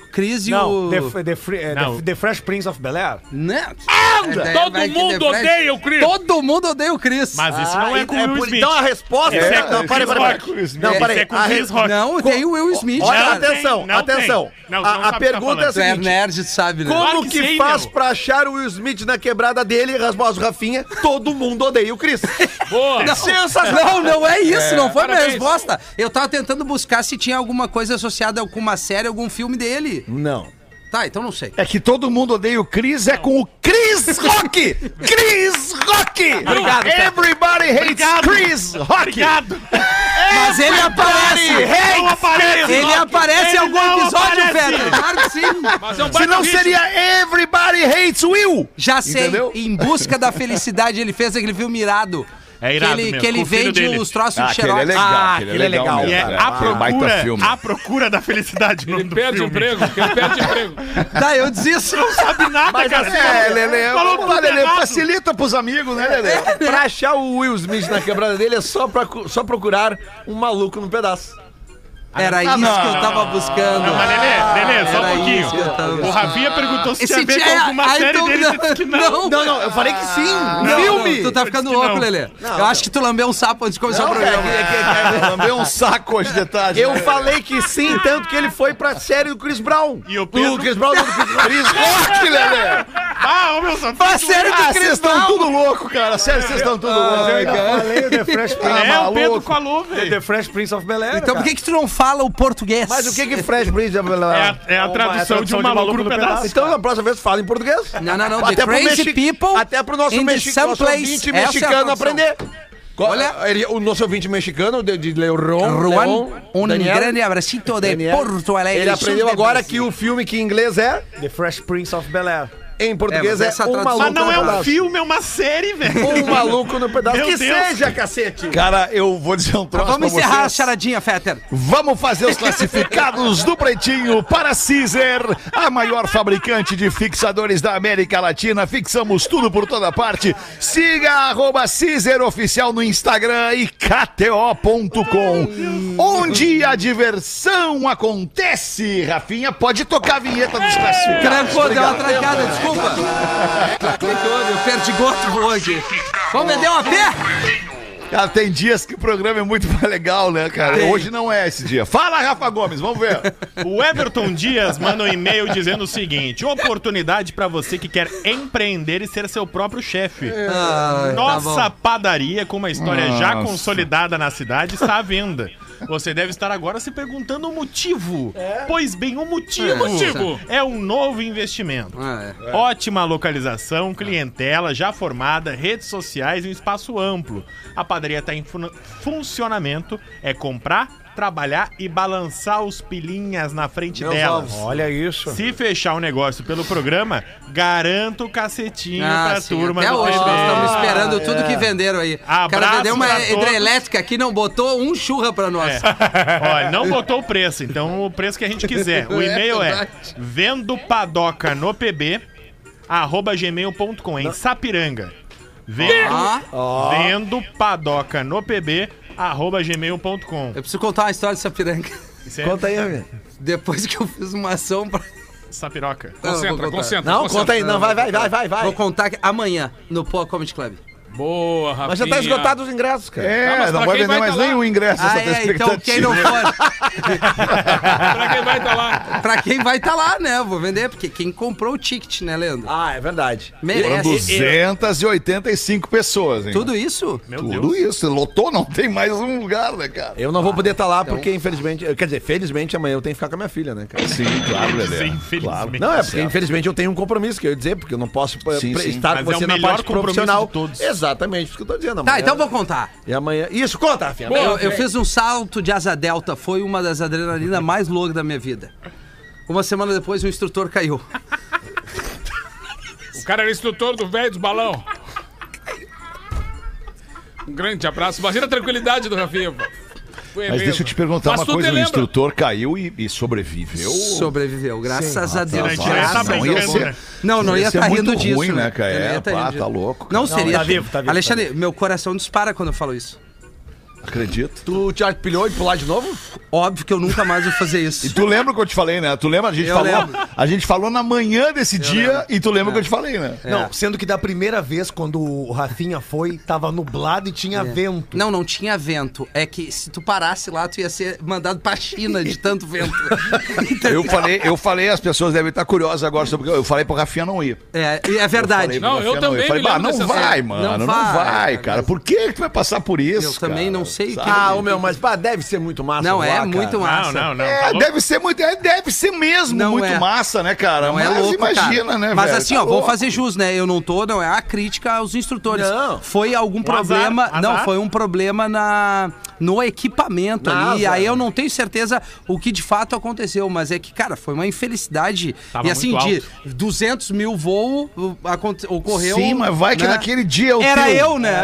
Chris e Não, o... The, the, Fre- é, Não. the, the Fresh Prince of Bel-Air. Né? Anda! Todo mundo odeia o Chris! Todo mundo odeia o Chris. Mas isso não é com o Will por- Smith. Então a resposta Esse é. é Não, com peraí, Chris peraí. Rock. Não, Esse peraí. é com a re- Chris Rock. Não, tem o Will Smith. Olha, cara. atenção, tem, não atenção. tem. Não, a não a sabe o que tá pergunta é a Tu é seguinte: nerd, tu sabe, né? como Claro que que sei, faz meu. pra achar o Will Smith na quebrada dele e rasgar os Rafinha? Todo mundo odeia o Chris. Boa! Não, não é isso, não foi a minha parabéns. resposta. Eu tava tentando buscar se tinha alguma coisa associada com uma série, algum filme dele. Não. Tá, então não sei. É que todo mundo odeia o Chris, é com o Chris Rock! Chris Rock! Obrigado, Pepe. Everybody hates Obrigado. Chris Rock! Obrigado. Mas ele aparece! Não aparece. Ele aparece em Ele algum não episódio, aparece. Feta. Claro que sim. Mas é um Se baita não ritmo. seria Everybody hates Will! Já sei, Entendeu? Em Busca da Felicidade, ele fez aquele filme irado. É irado que ele, mesmo, que ele com o filho vende dele. os troços Ah, de aquele é xerox. legal, Ah, aquele aquele é legal. E é cara. a Ah, baita procura, filme. a procura da felicidade no Ele nome do perde filme. emprego, que ele perde emprego. Tá, eu desisto. Não sabe nada, Mas cara. assim, É, Lelê, Falou vamos lá, tudo Lelê, errado. facilita pros amigos, né, Lelê? Pra achar o Will Smith na quebrada dele é só, pra, só procurar um maluco no pedaço. Era isso não. que eu tava buscando. Não, mas Lelê, Lelê, só um Era pouquinho. isso que eu tava O Rafinha perguntou se Esse tinha a ver com tinha- alguma aí série tu- dele, você disse que não. não. Não, não, eu falei que sim. Não, Um filme. não, tu tá ficando Eu disse que louco, não. Lelê. Não, eu acho que tu lambeu um sapo antes de começar Não, o cara, programa. é que- é que- é- Lambeu um saco hoje de tarde. Eu né? falei que sim, tanto que ele foi pra série do Chris Brown. E o Pedro- Do Chris Brown, não, do Chris Brown. Chris Rock, Lelê! Ah, ô meu, só Mas sério Ah, do vocês Chris estão Brown? tudo louco, cara. Sério, vocês estão tudo louco. Eu ainda falei o The Fresh Prince. Ah, É, o Pedro maluco. falou, The, velho. The Fresh Prince of Bel-Air. Então por que que tu não fala o português? Mas o que que Fresh Prince... É a, é a tradução de um maluco no pedaço. Então, na próxima vez, fala em português. Não, não, não. Até The pro Crazy mexi- People Até pro nosso, in the mexi some nosso place. ouvinte Essa é a mexicano tradução. aprender. Olha- Ele- o nosso ouvinte mexicano, de, de Leon, Juan, Leon, um Daniel, grande abracito de Daniel, Porto Alegre. ele aprendeu sul de agora Brasil. que o filme que em inglês é, The Fresh Prince of Bel-Air. em português É, é, mas essa Um tradução- Maluco Mas não no é um Pedaço. filme, é uma série, velho. Um Maluco no Pedaço. Meu Que Deus. seja, cacete. Cara, eu vou dizer um troço Vamos pra encerrar a vocês. charadinha, Fetter. Vamos fazer os classificados do Pretinho para Caesar, a maior fabricante de fixadores da América Latina. Fixamos tudo por toda parte. Siga arroba Caesar Oficial no Instagram e K T O ponto com, onde a diversão acontece. Rafinha, pode tocar a vinheta dos classificados. Trancou, deu uma Obrigado. trancada, desculpa. Eu perdi gosto hoje. Vamos vender uma pé? Cara, tem dias que o programa é muito mais legal, né, cara? Tem. Hoje não é esse dia. Fala, Rafa Gomes, vamos ver. O Everton Dias manda um e-mail dizendo o seguinte: oportunidade pra você que quer empreender e ser seu próprio chefe. Ah, Nossa tá bom. padaria, com uma história já Nossa. consolidada na cidade, está à venda. Você deve estar agora se perguntando o motivo. Pois bem, o motivo, É. motivo é um novo investimento. Ah, é. Ótima localização, clientela já formada, redes sociais e um espaço amplo. A padaria está em fun- funcionamento. É comprar, trabalhar e balançar os pilinhas na frente Meus delas. ovos. Olha isso. Se fechar o negócio pelo programa, garanto o cacetinho Ah, pra sim, turma até do hoje T V. nós estamos esperando tudo que venderam aí. O cara Abraço vendeu uma pra todos. hidrelétrica aqui, não botou um churra pra nós. Olha, não botou o preço, então o preço que a gente quiser. O e-mail é verdade. vendo padoca no pb arroba gmail ponto com, em Sapiranga. Vendo, Ah, vendo padoca no pb arroba gmail ponto com. eu preciso contar uma história de Sapiranga. Isso é Conta aí, Rafinha. Depois que eu fiz uma ação pra... Sapiroca. Não, vou Concentra, contar. concentra. Não, concentra. conta aí. Não, vai, vai, vai, vai, vai. Vou contar que amanhã, no Poa Comedy Club. Boa, Rafinha. Mas já tá esgotado os ingressos, cara. É, Ah, mas não pra vai quem vender vai mais tá lá? nenhum ingresso Ah, essa é, expectativa. então quem não for... Pra quem vai estar lá? pra quem vai estar lá, né? Eu vou vender, porque quem comprou o ticket, né, Leandro? Ah, é verdade. Foram Merece. duzentas e oitenta e cinco pessoas, hein? Tudo isso? Meu Tudo Deus. isso. Lotou, não tem mais um lugar, né, cara? Eu não vou poder estar lá então- porque, infelizmente... Quer dizer, felizmente, amanhã eu tenho que ficar com a minha filha, né, cara? Sim, claro, Lelê. Sim, infelizmente. Não, é porque, infelizmente, eu tenho um compromisso que eu ia dizer, porque eu não posso eh, Sim, pre- sim. estar Mas com é você o na melhor parte compromisso profissional. de todos. Exatamente, isso que eu tô dizendo. Tá, Amanhã- então vou contar. E amanhã... Isso, conta, Rafinha. Eu, eu fiz um salto de asa delta, foi uma das adrenalinas mais loucas da minha vida. Uma semana depois, o instrutor caiu. O cara era instrutor do velho dos balão. Um grande abraço. Imagina a tranquilidade do Rafinha, pô. Foi Mas mesmo. deixa eu te perguntar Mas uma tu coisa. te O lembra? instrutor caiu e, e sobreviveu? Sobreviveu, graças a Deus. a gente não ia tá Graças a brincando, Deus. né? Não, não Ia ia ser estar muito rindo disso. ruim, né, cara? Eu não ia É, tá pá, rindo disso. tá louco, Não cara. seria. tá vivo, tá vivo, Alexandre, tá vivo. meu coração dispara quando eu falo isso. Acredito. Tu te pilhou de pular de novo? Óbvio que eu nunca mais vou fazer E isso. tu lembra o que eu te falei, né? Tu lembra? A gente, Eu falou, lembro. a gente falou na manhã desse dia e tu lembra o que eu te falei, né? É. Não, sendo que da primeira vez, quando o Rafinha foi, tava nublado e tinha vento. Não, não tinha vento. É que se tu parasse lá, tu ia ser mandado pra China de tanto vento. Eu falei, eu falei, as pessoas devem estar curiosas agora sobre o que eu falei pro Rafinha não ir. É, e é verdade. Eu falei Não, pro eu Rafinha também ir. Eu falei, me bah, lembro não dessa vai, cena. mano, Não não vai, vai, cara. Por que que tu vai passar por isso, Eu também cara? não sei o que. Ah, ô meu, mas pá, deve ser muito massa. Não, voar, é cara. muito massa. Não, não, não. É, tá louco? deve ser muito, é, deve ser mesmo Não muito é. massa, né, cara? Não Mas é louco, imagina, cara. né, Mas velho? assim, Tá ó, vou louco. fazer jus, né? Eu não tô, não é a crítica aos instrutores. Não. Foi algum problema, azar, não, azar. foi um problema na no equipamento Na ali. asa. Aí eu não tenho certeza o que de fato aconteceu, mas é que, cara, foi uma infelicidade. Tava e assim, muito de alto. duzentos mil voo o- aconte- ocorreu. Sim, mas vai que né? naquele dia o Era teu- eu, né?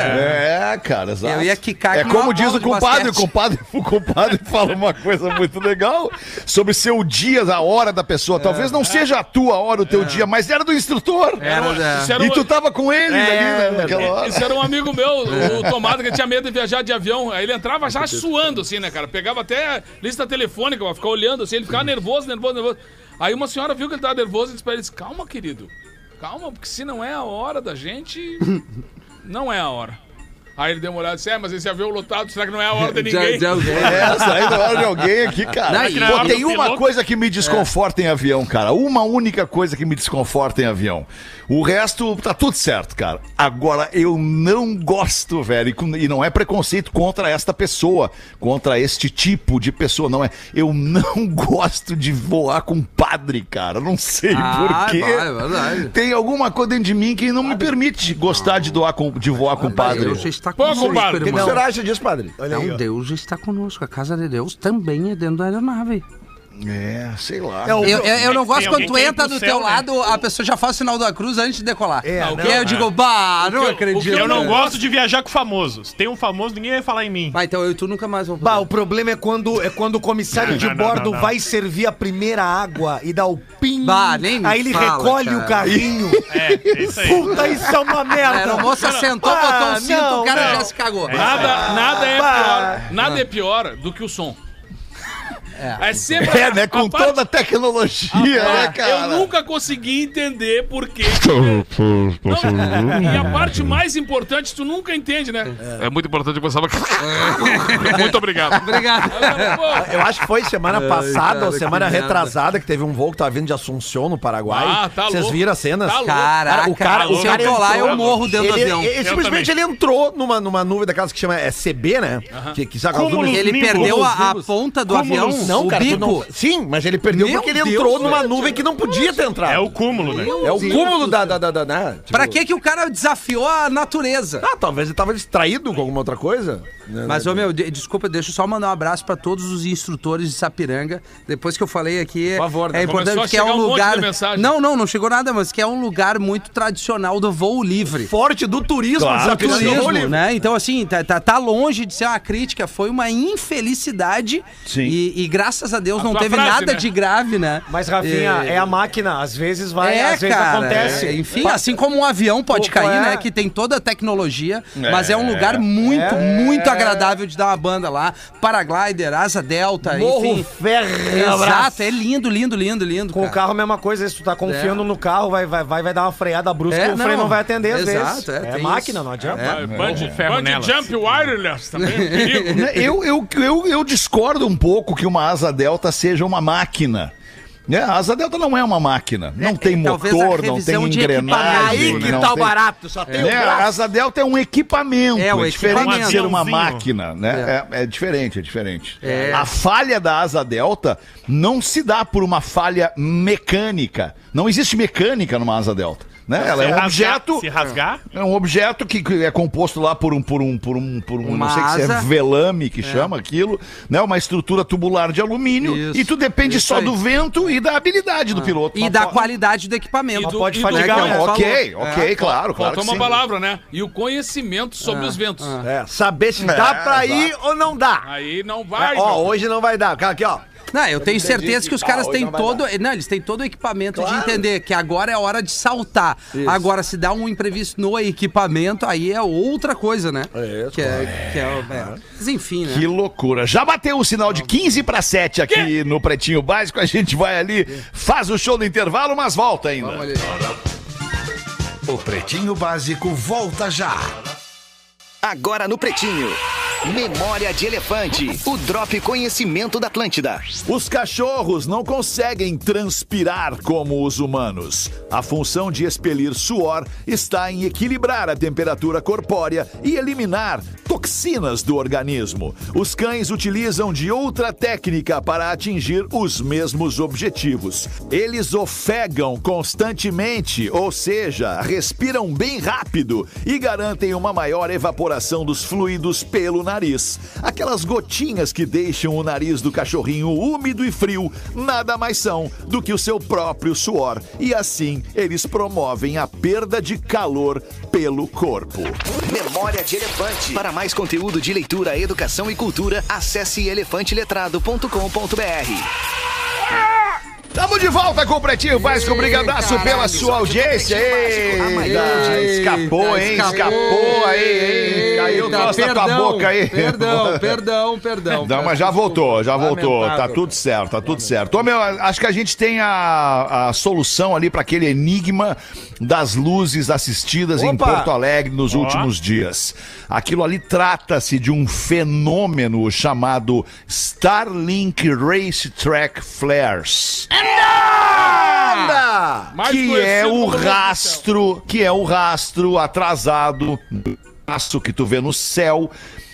É. É, cara, exato. Eu ia quicar É com como uma diz bola o de compadre, o basquete. compadre, o compadre fala uma coisa muito legal sobre ser o dia, a hora da pessoa. Talvez não seja a tua hora, o teu dia, mas era do instrutor. Era, é. Isso era E um- tu tava com ele ali, né, naquela hora. Isso era um amigo meu, o Tomada, que tinha medo de viajar de avião. Aí ele entrava já suando, assim, né, cara? Pegava até lista telefônica pra ficar olhando, assim. Ele ficava nervoso, nervoso, nervoso. Aí uma senhora viu que ele tava nervoso e disse pra ele, calma, querido. Calma, porque se não é a hora da gente, não é a hora. Aí ele deu uma olhada e disse, é, mas esse avião lotado, será que não é a hora de ninguém? Já- já- É, sair da hora de alguém aqui, cara. Não, e- Pô, tem do uma piloto? coisa que me desconforta em avião, cara. Uma única coisa que me desconforta em avião. O resto tá tudo certo, cara. Agora, eu não gosto, velho, e com- e não é preconceito contra esta pessoa, contra este tipo de pessoa, não é. Eu não gosto de voar com padre, cara. Não sei Ah, por quê. vai, é verdade. Tem alguma coisa dentro de mim que não me permite gostar de, doar com, de voar com padre. Deus já está Pô, conosco, compadre, O que irmão. você acha disso, padre? Olha aí, Não, ó. Deus já está conosco. A casa de Deus também é dentro da aeronave. É, sei lá. É o- Eu, eu, eu não Tem gosto quando alguém tu que entra ir pro do céu, teu né? lado, a pessoa já faz o sinal da cruz antes de decolar. É, Não, não, que aí eu digo, bah, não o que acredito. eu Eu não né? gosto de viajar com famosos. Se tem um famoso, ninguém vai falar em mim. Vai, então eu e tu nunca mais vamos Bah, fazer. o problema é quando, é quando o comissário de Não, não, bordo não, não. vai servir a primeira água e dá o pim. Bah, nem me aí ele fala, recolhe cara. o carrinho. É, é isso aí. Puta, isso é uma A merda. aeromoça sentou, Ah, botou um cinto, não, o cara não. já se cagou. Nada, nada é Bah. pior. Nada é pior do que o som. É, sempre. É, né? Com a parte- toda a tecnologia, Ah, né, cara? Eu nunca consegui entender por quê. Não, e a parte mais importante, tu nunca entende, né? É, muito importante, eu pensava que. Muito obrigado. Obrigado. Pô, Eu acho que foi semana passada cara, ou semana que merda. retrasada que teve um voo que tava vindo de Assunção, no Paraguai. Ah, tá Vocês louco. viram as cenas? Tá louco. Caraca, o cara- o se cara eu tô lá, entrou- eu morro dentro do Ele, avião. ele- simplesmente ele entrou numa, numa nuvem daquelas que chama é, C B, né? Que, que sabe aquelas Cúmulos nuvens- Ele Nimbus, perdeu a, a nimbus. ponta do Cúmulos. avião, Não, o cara, tu bico. não- sim, mas ele perdeu Meu porque ele Deus, entrou numa velho. nuvem que não podia ter entrado. É o cúmulo, né? É o cúmulo da, da, da, da, né? Tipo, Pra que que o cara desafiou a natureza? Ah, talvez ele tava distraído com alguma outra coisa. né? Mas, ô meu, de- desculpa, deixa eu só mandar um abraço pra todos os instrutores de Sapiranga. Depois que eu falei aqui, Por favor, é né? importante Começou a que é chegar um um monte lugar. de mensagem. Não, não, não chegou nada, mas que é um lugar muito tradicional do voo livre. Forte do turismo, Claro, de Sapiranga. Turismo, Voo livre. né? Então, assim, tá, tá, tá longe de ser uma crítica, foi uma infelicidade. Sim. E, e graças a Deus A não tua teve frase, nada né? de grave, né? Mas, Rafinha, é... a máquina. Às vezes vai, É, às vezes cara, acontece. é, enfim, assim como um avião pode Pô, cair, é. né? Que tem toda a tecnologia, mas é um É. lugar muito, muito agradável de dar uma banda lá. Paraglider, asa delta, Morro enfim. Ferro. Exato, é lindo, lindo, lindo, lindo. Com o cara. carro, a mesma coisa. Se tu tá confiando no carro, vai, vai, vai, vai dar uma freada brusca É, e o freio não. não vai atender às Exato, vezes. é, É, tem máquina, isso. não adianta. É. Band, ferro band nelas. Jump Wireless também é um perigo. Né, Eu, eu, eu, eu discordo um pouco que uma asa delta seja uma máquina. Né? A asa delta não é uma máquina. Não tem talvez a motor, não revisão tem de engrenagem. Aí que não tá o tem- barato, só tem o Né? A braço. asa delta é um equipamento. É, É, o diferente de equipamento. ser uma Aviãozinho. máquina. Né? É. É diferente, é diferente. É. A falha da asa delta não se dá por uma falha mecânica. Não existe mecânica numa asa delta. Né? Ela é Se um rasgar- objeto. Se rasgar, É um objeto que que é composto lá por um, por um, por um, por um, Uma não sei se é asa. velame que chama aquilo, né? Uma estrutura tubular de alumínio Isso. e tu depende Isso só aí. do vento e da habilidade do piloto. E Mas da pô- qualidade do equipamento. E do- pode e do- fadigar, né, que é né? o- Ok, falou. ok, claro, claro. Faltou que uma sim. palavra, né? E o conhecimento sobre os ventos. É, saber se dá pra ir ou não dá. Aí não vai. ó, meu. hoje não vai dar. Cara, aqui, ó. Não, eu tenho entendi certeza que que os tá, caras hoje têm não vai todo. Não, eles têm todo o equipamento Claro. de entender que agora é hora de saltar. Isso. Agora, se dá um imprevisto no equipamento, aí é outra coisa, né? É isso. Que é, que é, é. Mas enfim, né? Que loucura. Já bateu o sinal de quinze para sete aqui que? no Pretinho Básico. A gente vai ali, faz o show do intervalo, mas volta ainda. Vamos ali. O Pretinho Básico volta já. Agora no Pretinho. Memória de Elefante, o Drop Conhecimento da Atlântida. Os cachorros não conseguem transpirar como os humanos. A função de expelir suor está em equilibrar a temperatura corpórea e eliminar toxinas do organismo. Os cães utilizam de outra técnica para atingir os mesmos objetivos. Eles ofegam constantemente, ou seja, respiram bem rápido e garantem uma maior evaporação dos fluidos pelo nariz. Aquelas gotinhas que deixam o nariz do cachorrinho úmido e frio nada mais são do que o seu próprio suor. E assim eles promovem a perda de calor pelo corpo. Memória de Elefante. Para mais conteúdo de leitura, educação e cultura, acesse elefante letrado ponto com ponto b r. Tamo de volta com o Pretinho Básico. Brigadaço pela sua audiência. Eita, escapou, hein? Escapou aí, hein? Caiu o troço na tua boca aí. Perdão, perdão, perdão. Não, mas já voltou, já voltou. Tá tudo certo, tá tudo certo. Ô, meu, acho que a gente tem a, a solução ali pra aquele enigma das luzes assistidas em Opa! Porto Alegre nos últimos dias. Aquilo ali trata-se de um fenômeno chamado Starlink Racetrack Flares. Anda! Que é o rastro, que é o rastro atrasado, rastro que tu vê no céu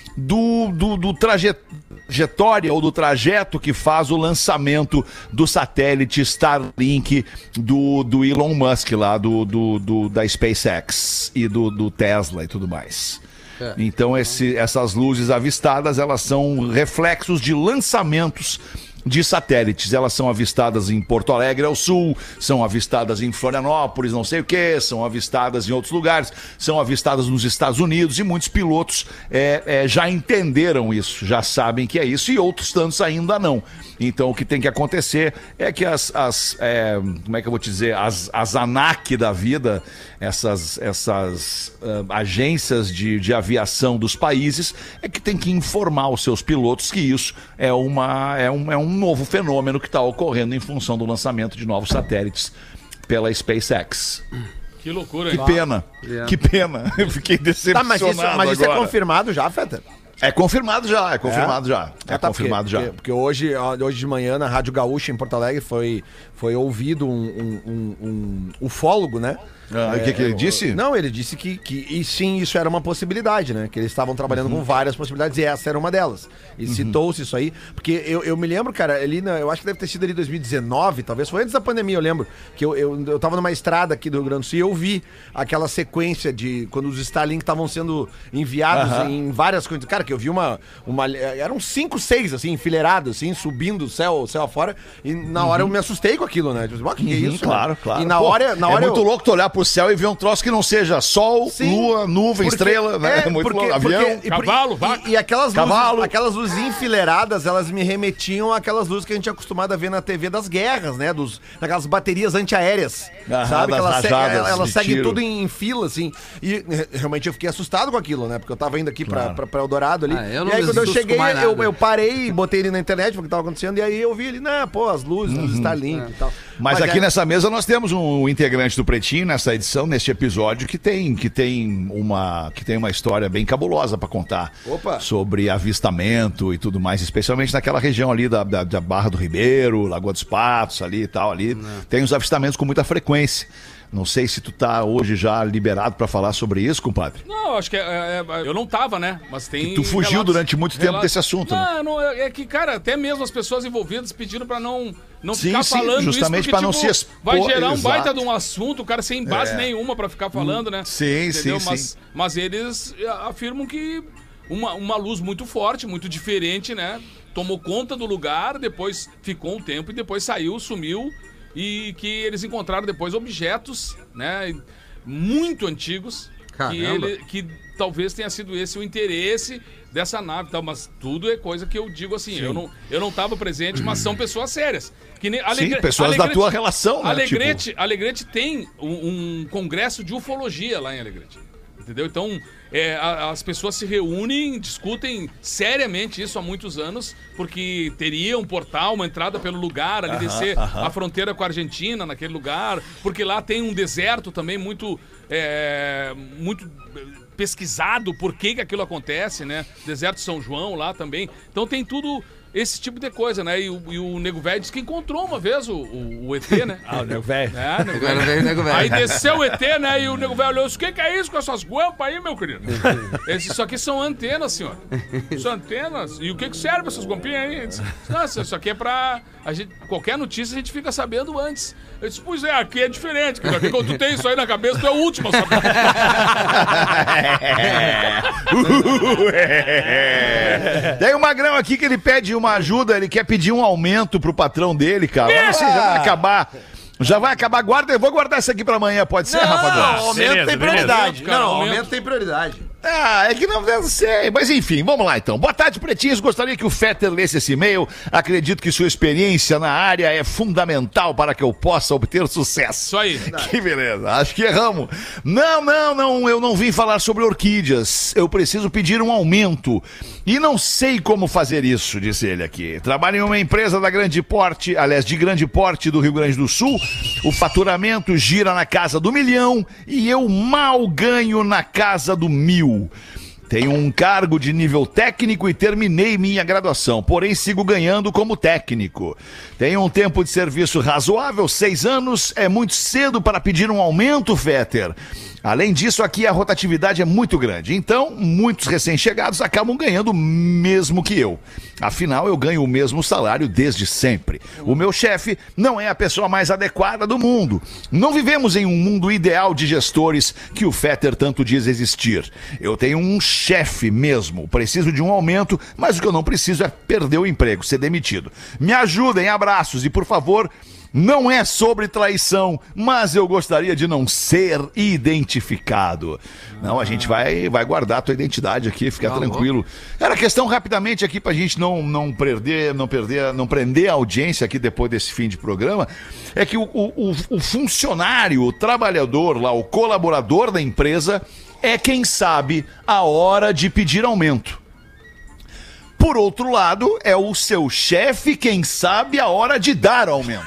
do, do, do trajetória ou do trajeto que faz o lançamento do satélite Starlink do, do Elon Musk lá, do, do, do da SpaceX e do, do Tesla e tudo mais. É. Então esse, essas luzes avistadas, elas são reflexos de lançamentos de satélites. Elas são avistadas em Porto Alegre ao sul, são avistadas em Florianópolis, não sei o que, são avistadas em outros lugares, são avistadas nos Estados Unidos, e muitos pilotos é, é, já entenderam isso, já sabem que é isso, e outros tantos ainda não. Então o que tem que acontecer é que as, as é, como é que eu vou te dizer, as, as ANAC da vida, essas, essas uh, agências de, de aviação dos países, é que tem que informar os seus pilotos que isso é, uma, é, um, é um novo fenômeno que está ocorrendo em função do lançamento de novos satélites pela SpaceX. Que loucura, Que hein? pena, Yeah. que pena. Eu fiquei Tá, decepcionado mas isso, mas isso é agora. confirmado já, Feta? É confirmado já, é confirmado já. É Ah, tá, confirmado porque, já. Porque, porque hoje, ó, hoje de manhã, na Rádio Gaúcha, em Porto Alegre, foi, foi ouvido um, um, um, um ufólogo, né? Ah, o que que ele disse? Não, ele disse que, que e sim, isso era uma possibilidade, né? Que eles estavam trabalhando Uhum. com várias possibilidades e essa era uma delas. E Uhum. citou-se isso aí, porque eu, eu me lembro, cara, ali, na, eu acho que deve ter sido ali em dois mil e dezenove, talvez, foi antes da pandemia, eu lembro, que eu, eu, eu tava numa estrada aqui do Rio Grande do Sul e eu vi aquela sequência de quando os Starlink estavam sendo enviados Aham. em várias coisas. Cara, que eu vi uma, uma eram cinco, seis, assim, enfileirados, assim, subindo o céu, o céu afora, e na hora eu me assustei com aquilo, né? Tipo, o que, que é Uhum, isso? claro, né? claro. E na Pô, hora, na hora é muito eu... louco tu olhar pro céu e ver um troço que não seja sol, Sim, lua, nuvem, porque- estrela, né? é, muito porque- louco. porque- Avião. e- Cavalo, e- vaca. E, aquelas Cavalo. luzes, aquelas luzes enfileiradas, elas me remetiam àquelas luzes que a gente é acostumado a ver na T V das guerras, né? Dos, daquelas baterias antiaéreas, Ah, sabe? Que das elas, se- rajadas elas, elas de seguem tiro. tudo em fila, assim. E re- realmente eu fiquei assustado com aquilo, né? Porque eu tava indo aqui pra, Claro. pra, pra Eldorado ali. Ah, eu não e aí quando eu assusto com cheguei, mais eu, nada. eu parei, botei ele na internet, porque tava acontecendo, e aí eu vi ele, né? Pô, as luzes, Uhum. dos Starlink É. e tal. Mas, aqui é- nessa mesa nós temos um integrante do Pretinho nessa edição, neste episódio, que tem, que tem, uma, que tem uma história bem cabulosa pra contar. Opa. Sobre avistamento e tudo mais, especialmente naquela região ali da, da, da Barra do Ribeiro, Lagoa dos Patos, ali e tal, ali. Tem os avistamentos com muita frequência. Não sei se tu tá hoje já liberado pra falar sobre isso, compadre. Não, acho que é, é- é- eu não tava, né? Mas tem. Que tu fugiu relatos- durante muito tempo relatos- desse assunto, né? Não, não, é, é que, cara, até mesmo as pessoas envolvidas pediram pra não, não Sim, ficar sim, falando justamente isso. pra não se expor, vai gerar um exato. baita de um assunto, o cara sem base É. nenhuma pra ficar falando, né? Sim, Entendeu? sim, mas, sim. mas eles afirmam que uma, uma luz muito forte, muito diferente, né? Tomou conta do lugar, depois ficou um tempo e depois saiu, sumiu. E que eles encontraram depois objetos, né, muito antigos, que, Caramba. ele, que talvez tenha sido esse o interesse dessa nave e tal, mas tudo é coisa que eu digo assim, eu não, eu não tava presente, mas são pessoas sérias. Que nem Alegre, Sim, pessoas Alegrete, da tua relação, né? Alegrete, tipo... Alegrete tem um, um congresso de ufologia lá em Alegrete. Entendeu? Então, é, a, as pessoas se reúnem, discutem seriamente isso há muitos anos, porque teria um portal, uma entrada pelo lugar, ali uh-huh, descer uh-huh. a fronteira com a Argentina, naquele lugar, porque lá tem um deserto também muito, é, muito pesquisado, por que que aquilo acontece, né? Deserto São João lá também. Então tem tudo... Esse tipo de coisa, né? E o, e o Nego Velho disse que encontrou uma vez o, o, o E T, né? Ah, o Nego Velho. É, Nego Velho. Aí desceu o E T, né? E o Nego Velho olhou, o que que é isso com essas guampas aí, meu querido? Esse, isso aqui são antenas, senhor. São antenas. E o que que serve essas guampinhas aí? Ele disse, nossa, isso aqui é pra... A gente, qualquer notícia a gente fica sabendo antes. Eu disse, pois é, aqui é diferente. Porque aqui quando tu tem isso aí na cabeça, tu é o último a saber. Tem um magrão aqui que ele pede uma ajuda, ele quer pedir um aumento pro patrão dele, cara. Não sei, já vai acabar. Já vai acabar. Guarda, eu vou guardar isso aqui pra amanhã, pode ser, Rafa Gomes? Não, aumento Beleza, tem prioridade. beleza. Não, Aumento. aumento tem prioridade. Ah, é que não deve ser. Mas enfim, vamos lá então. Boa tarde, pretinhos. Gostaria que o Fetter lesse esse e-mail. Acredito que sua experiência na área é fundamental para que eu possa obter sucesso. Isso aí. Que beleza. Acho que erramos. Não, não, não. Eu não vim falar sobre orquídeas. Eu preciso pedir um aumento. E não sei como fazer isso, disse ele aqui. Trabalho em uma empresa da grande porte, aliás, de grande porte do Rio Grande do Sul. O faturamento gira na casa do milhão e eu mal ganho na casa do mil. Tenho um cargo de nível técnico e terminei minha graduação, porém sigo ganhando como técnico. Tenho um tempo de serviço razoável, seis anos, é muito cedo para pedir um aumento, Fetter. Além disso, aqui a rotatividade é muito grande, então muitos recém-chegados acabam ganhando mesmo que eu. Afinal, eu ganho o mesmo salário desde sempre. O meu chefe não é a pessoa mais adequada do mundo. Não vivemos em um mundo ideal de gestores que o Fetter tanto diz existir. Eu tenho um chefe mesmo, preciso de um aumento, mas o que eu não preciso é perder o emprego, ser demitido. Me ajudem, abraços e, por favor... Não é sobre traição, mas eu gostaria de não ser identificado. Não, a gente vai, vai guardar a tua identidade aqui, fica Tá tranquilo. Era questão rapidamente aqui pra gente não, não perder, não perder, não prender a audiência aqui depois desse fim de programa. É que o, o, o funcionário, o trabalhador lá, o colaborador da empresa é quem sabe a hora de pedir aumento. Por outro lado, é o seu chefe quem sabe a hora de dar aumento.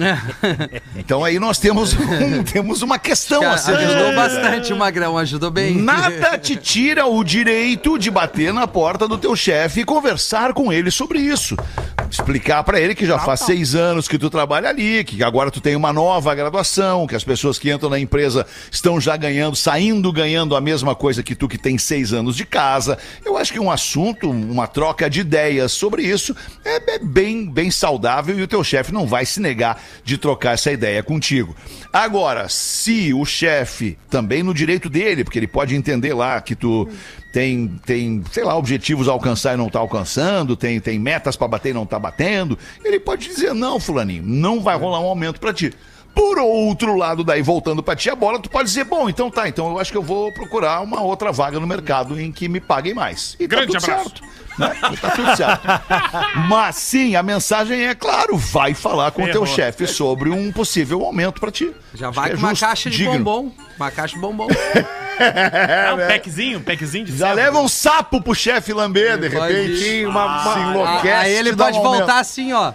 Então aí nós temos, um, temos uma questão a ser Ajudou resolvida. bastante o Magrão, ajudou bem. Nada te tira o direito de bater na porta do teu chefe e conversar com ele sobre isso. Explicar pra ele que já faz seis anos que tu trabalha ali, que agora tu tem uma nova graduação, que as pessoas que entram na empresa estão já ganhando, saindo ganhando a mesma coisa que tu que tem seis anos de casa. Eu acho que um assunto, uma troca de ideias sobre isso é, é bem, bem saudável e o teu chefe não vai se negar de trocar essa ideia contigo. Agora, se o chefe, também no direito dele, porque ele pode entender lá que tu tem, tem sei lá, objetivos a alcançar e não tá alcançando, tem, tem metas pra bater e não tá batendo, ele pode dizer, não, fulaninho, não vai rolar um aumento pra ti. Por outro lado, daí, voltando pra ti a bola, tu pode dizer, bom, então tá, então eu acho que eu vou procurar uma outra vaga no mercado em que me paguem mais. E Grande tá tudo abraço. certo. Né? Tá tudo certo. Mas sim, a mensagem é, claro, vai falar com o teu Errou. chefe sobre um possível aumento pra ti. Já Acho vai que com é uma justo, caixa de digno. bombom. Uma caixa de bombom. É um packzinho, um packzinho de Já cérebro. leva um sapo pro chefe lamber, de Pode repente. ir. Uma, uma, se enlouquece. Aí ele te dá pode um aumento. voltar assim, ó.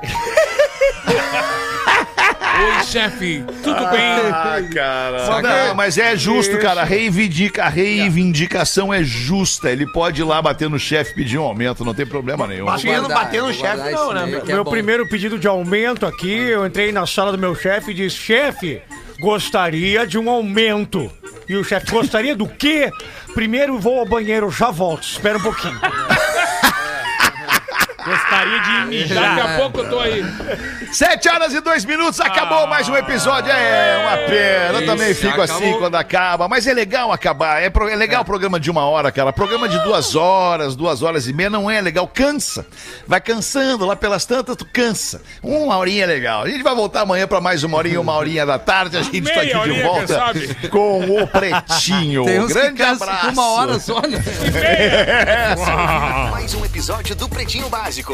Oi, chefe, tudo bem? Ah, cara. Não, mas é justo, cara. A, reivindica, a reivindicação é justa. Ele pode ir lá bater no chefe e pedir um aumento, não tem problema nenhum. Batendo, guardar, bater no vou chefe guardar não, esse né? e-mail Meu, que é meu bom. primeiro pedido de aumento aqui, eu entrei na sala do meu chefe e disse, chefe, gostaria de um aumento. E o chefe, gostaria do quê? Primeiro vou ao banheiro, já volto, espera um pouquinho. Gostaria de mijar. Daqui a pouco eu tô aí. Sete horas e dois minutos, acabou Ah. mais um episódio. É uma pena. Eu também Isso, fico assim acabou. quando acaba. Mas é legal acabar. É, pro- é legal o programa de uma hora, cara. Programa de duas horas, duas horas e meia não é legal. Cansa. Vai cansando. Lá pelas tantas, tu cansa. Uma horinha é legal. A gente vai voltar amanhã pra mais uma horinha, uma horinha da tarde. A gente tá Meia aqui de horinha, quem volta sabe? com o Pretinho. Tem uns que Grande cansam abraço. com uma hora só, né? Mais um episódio do Pretinho Básico.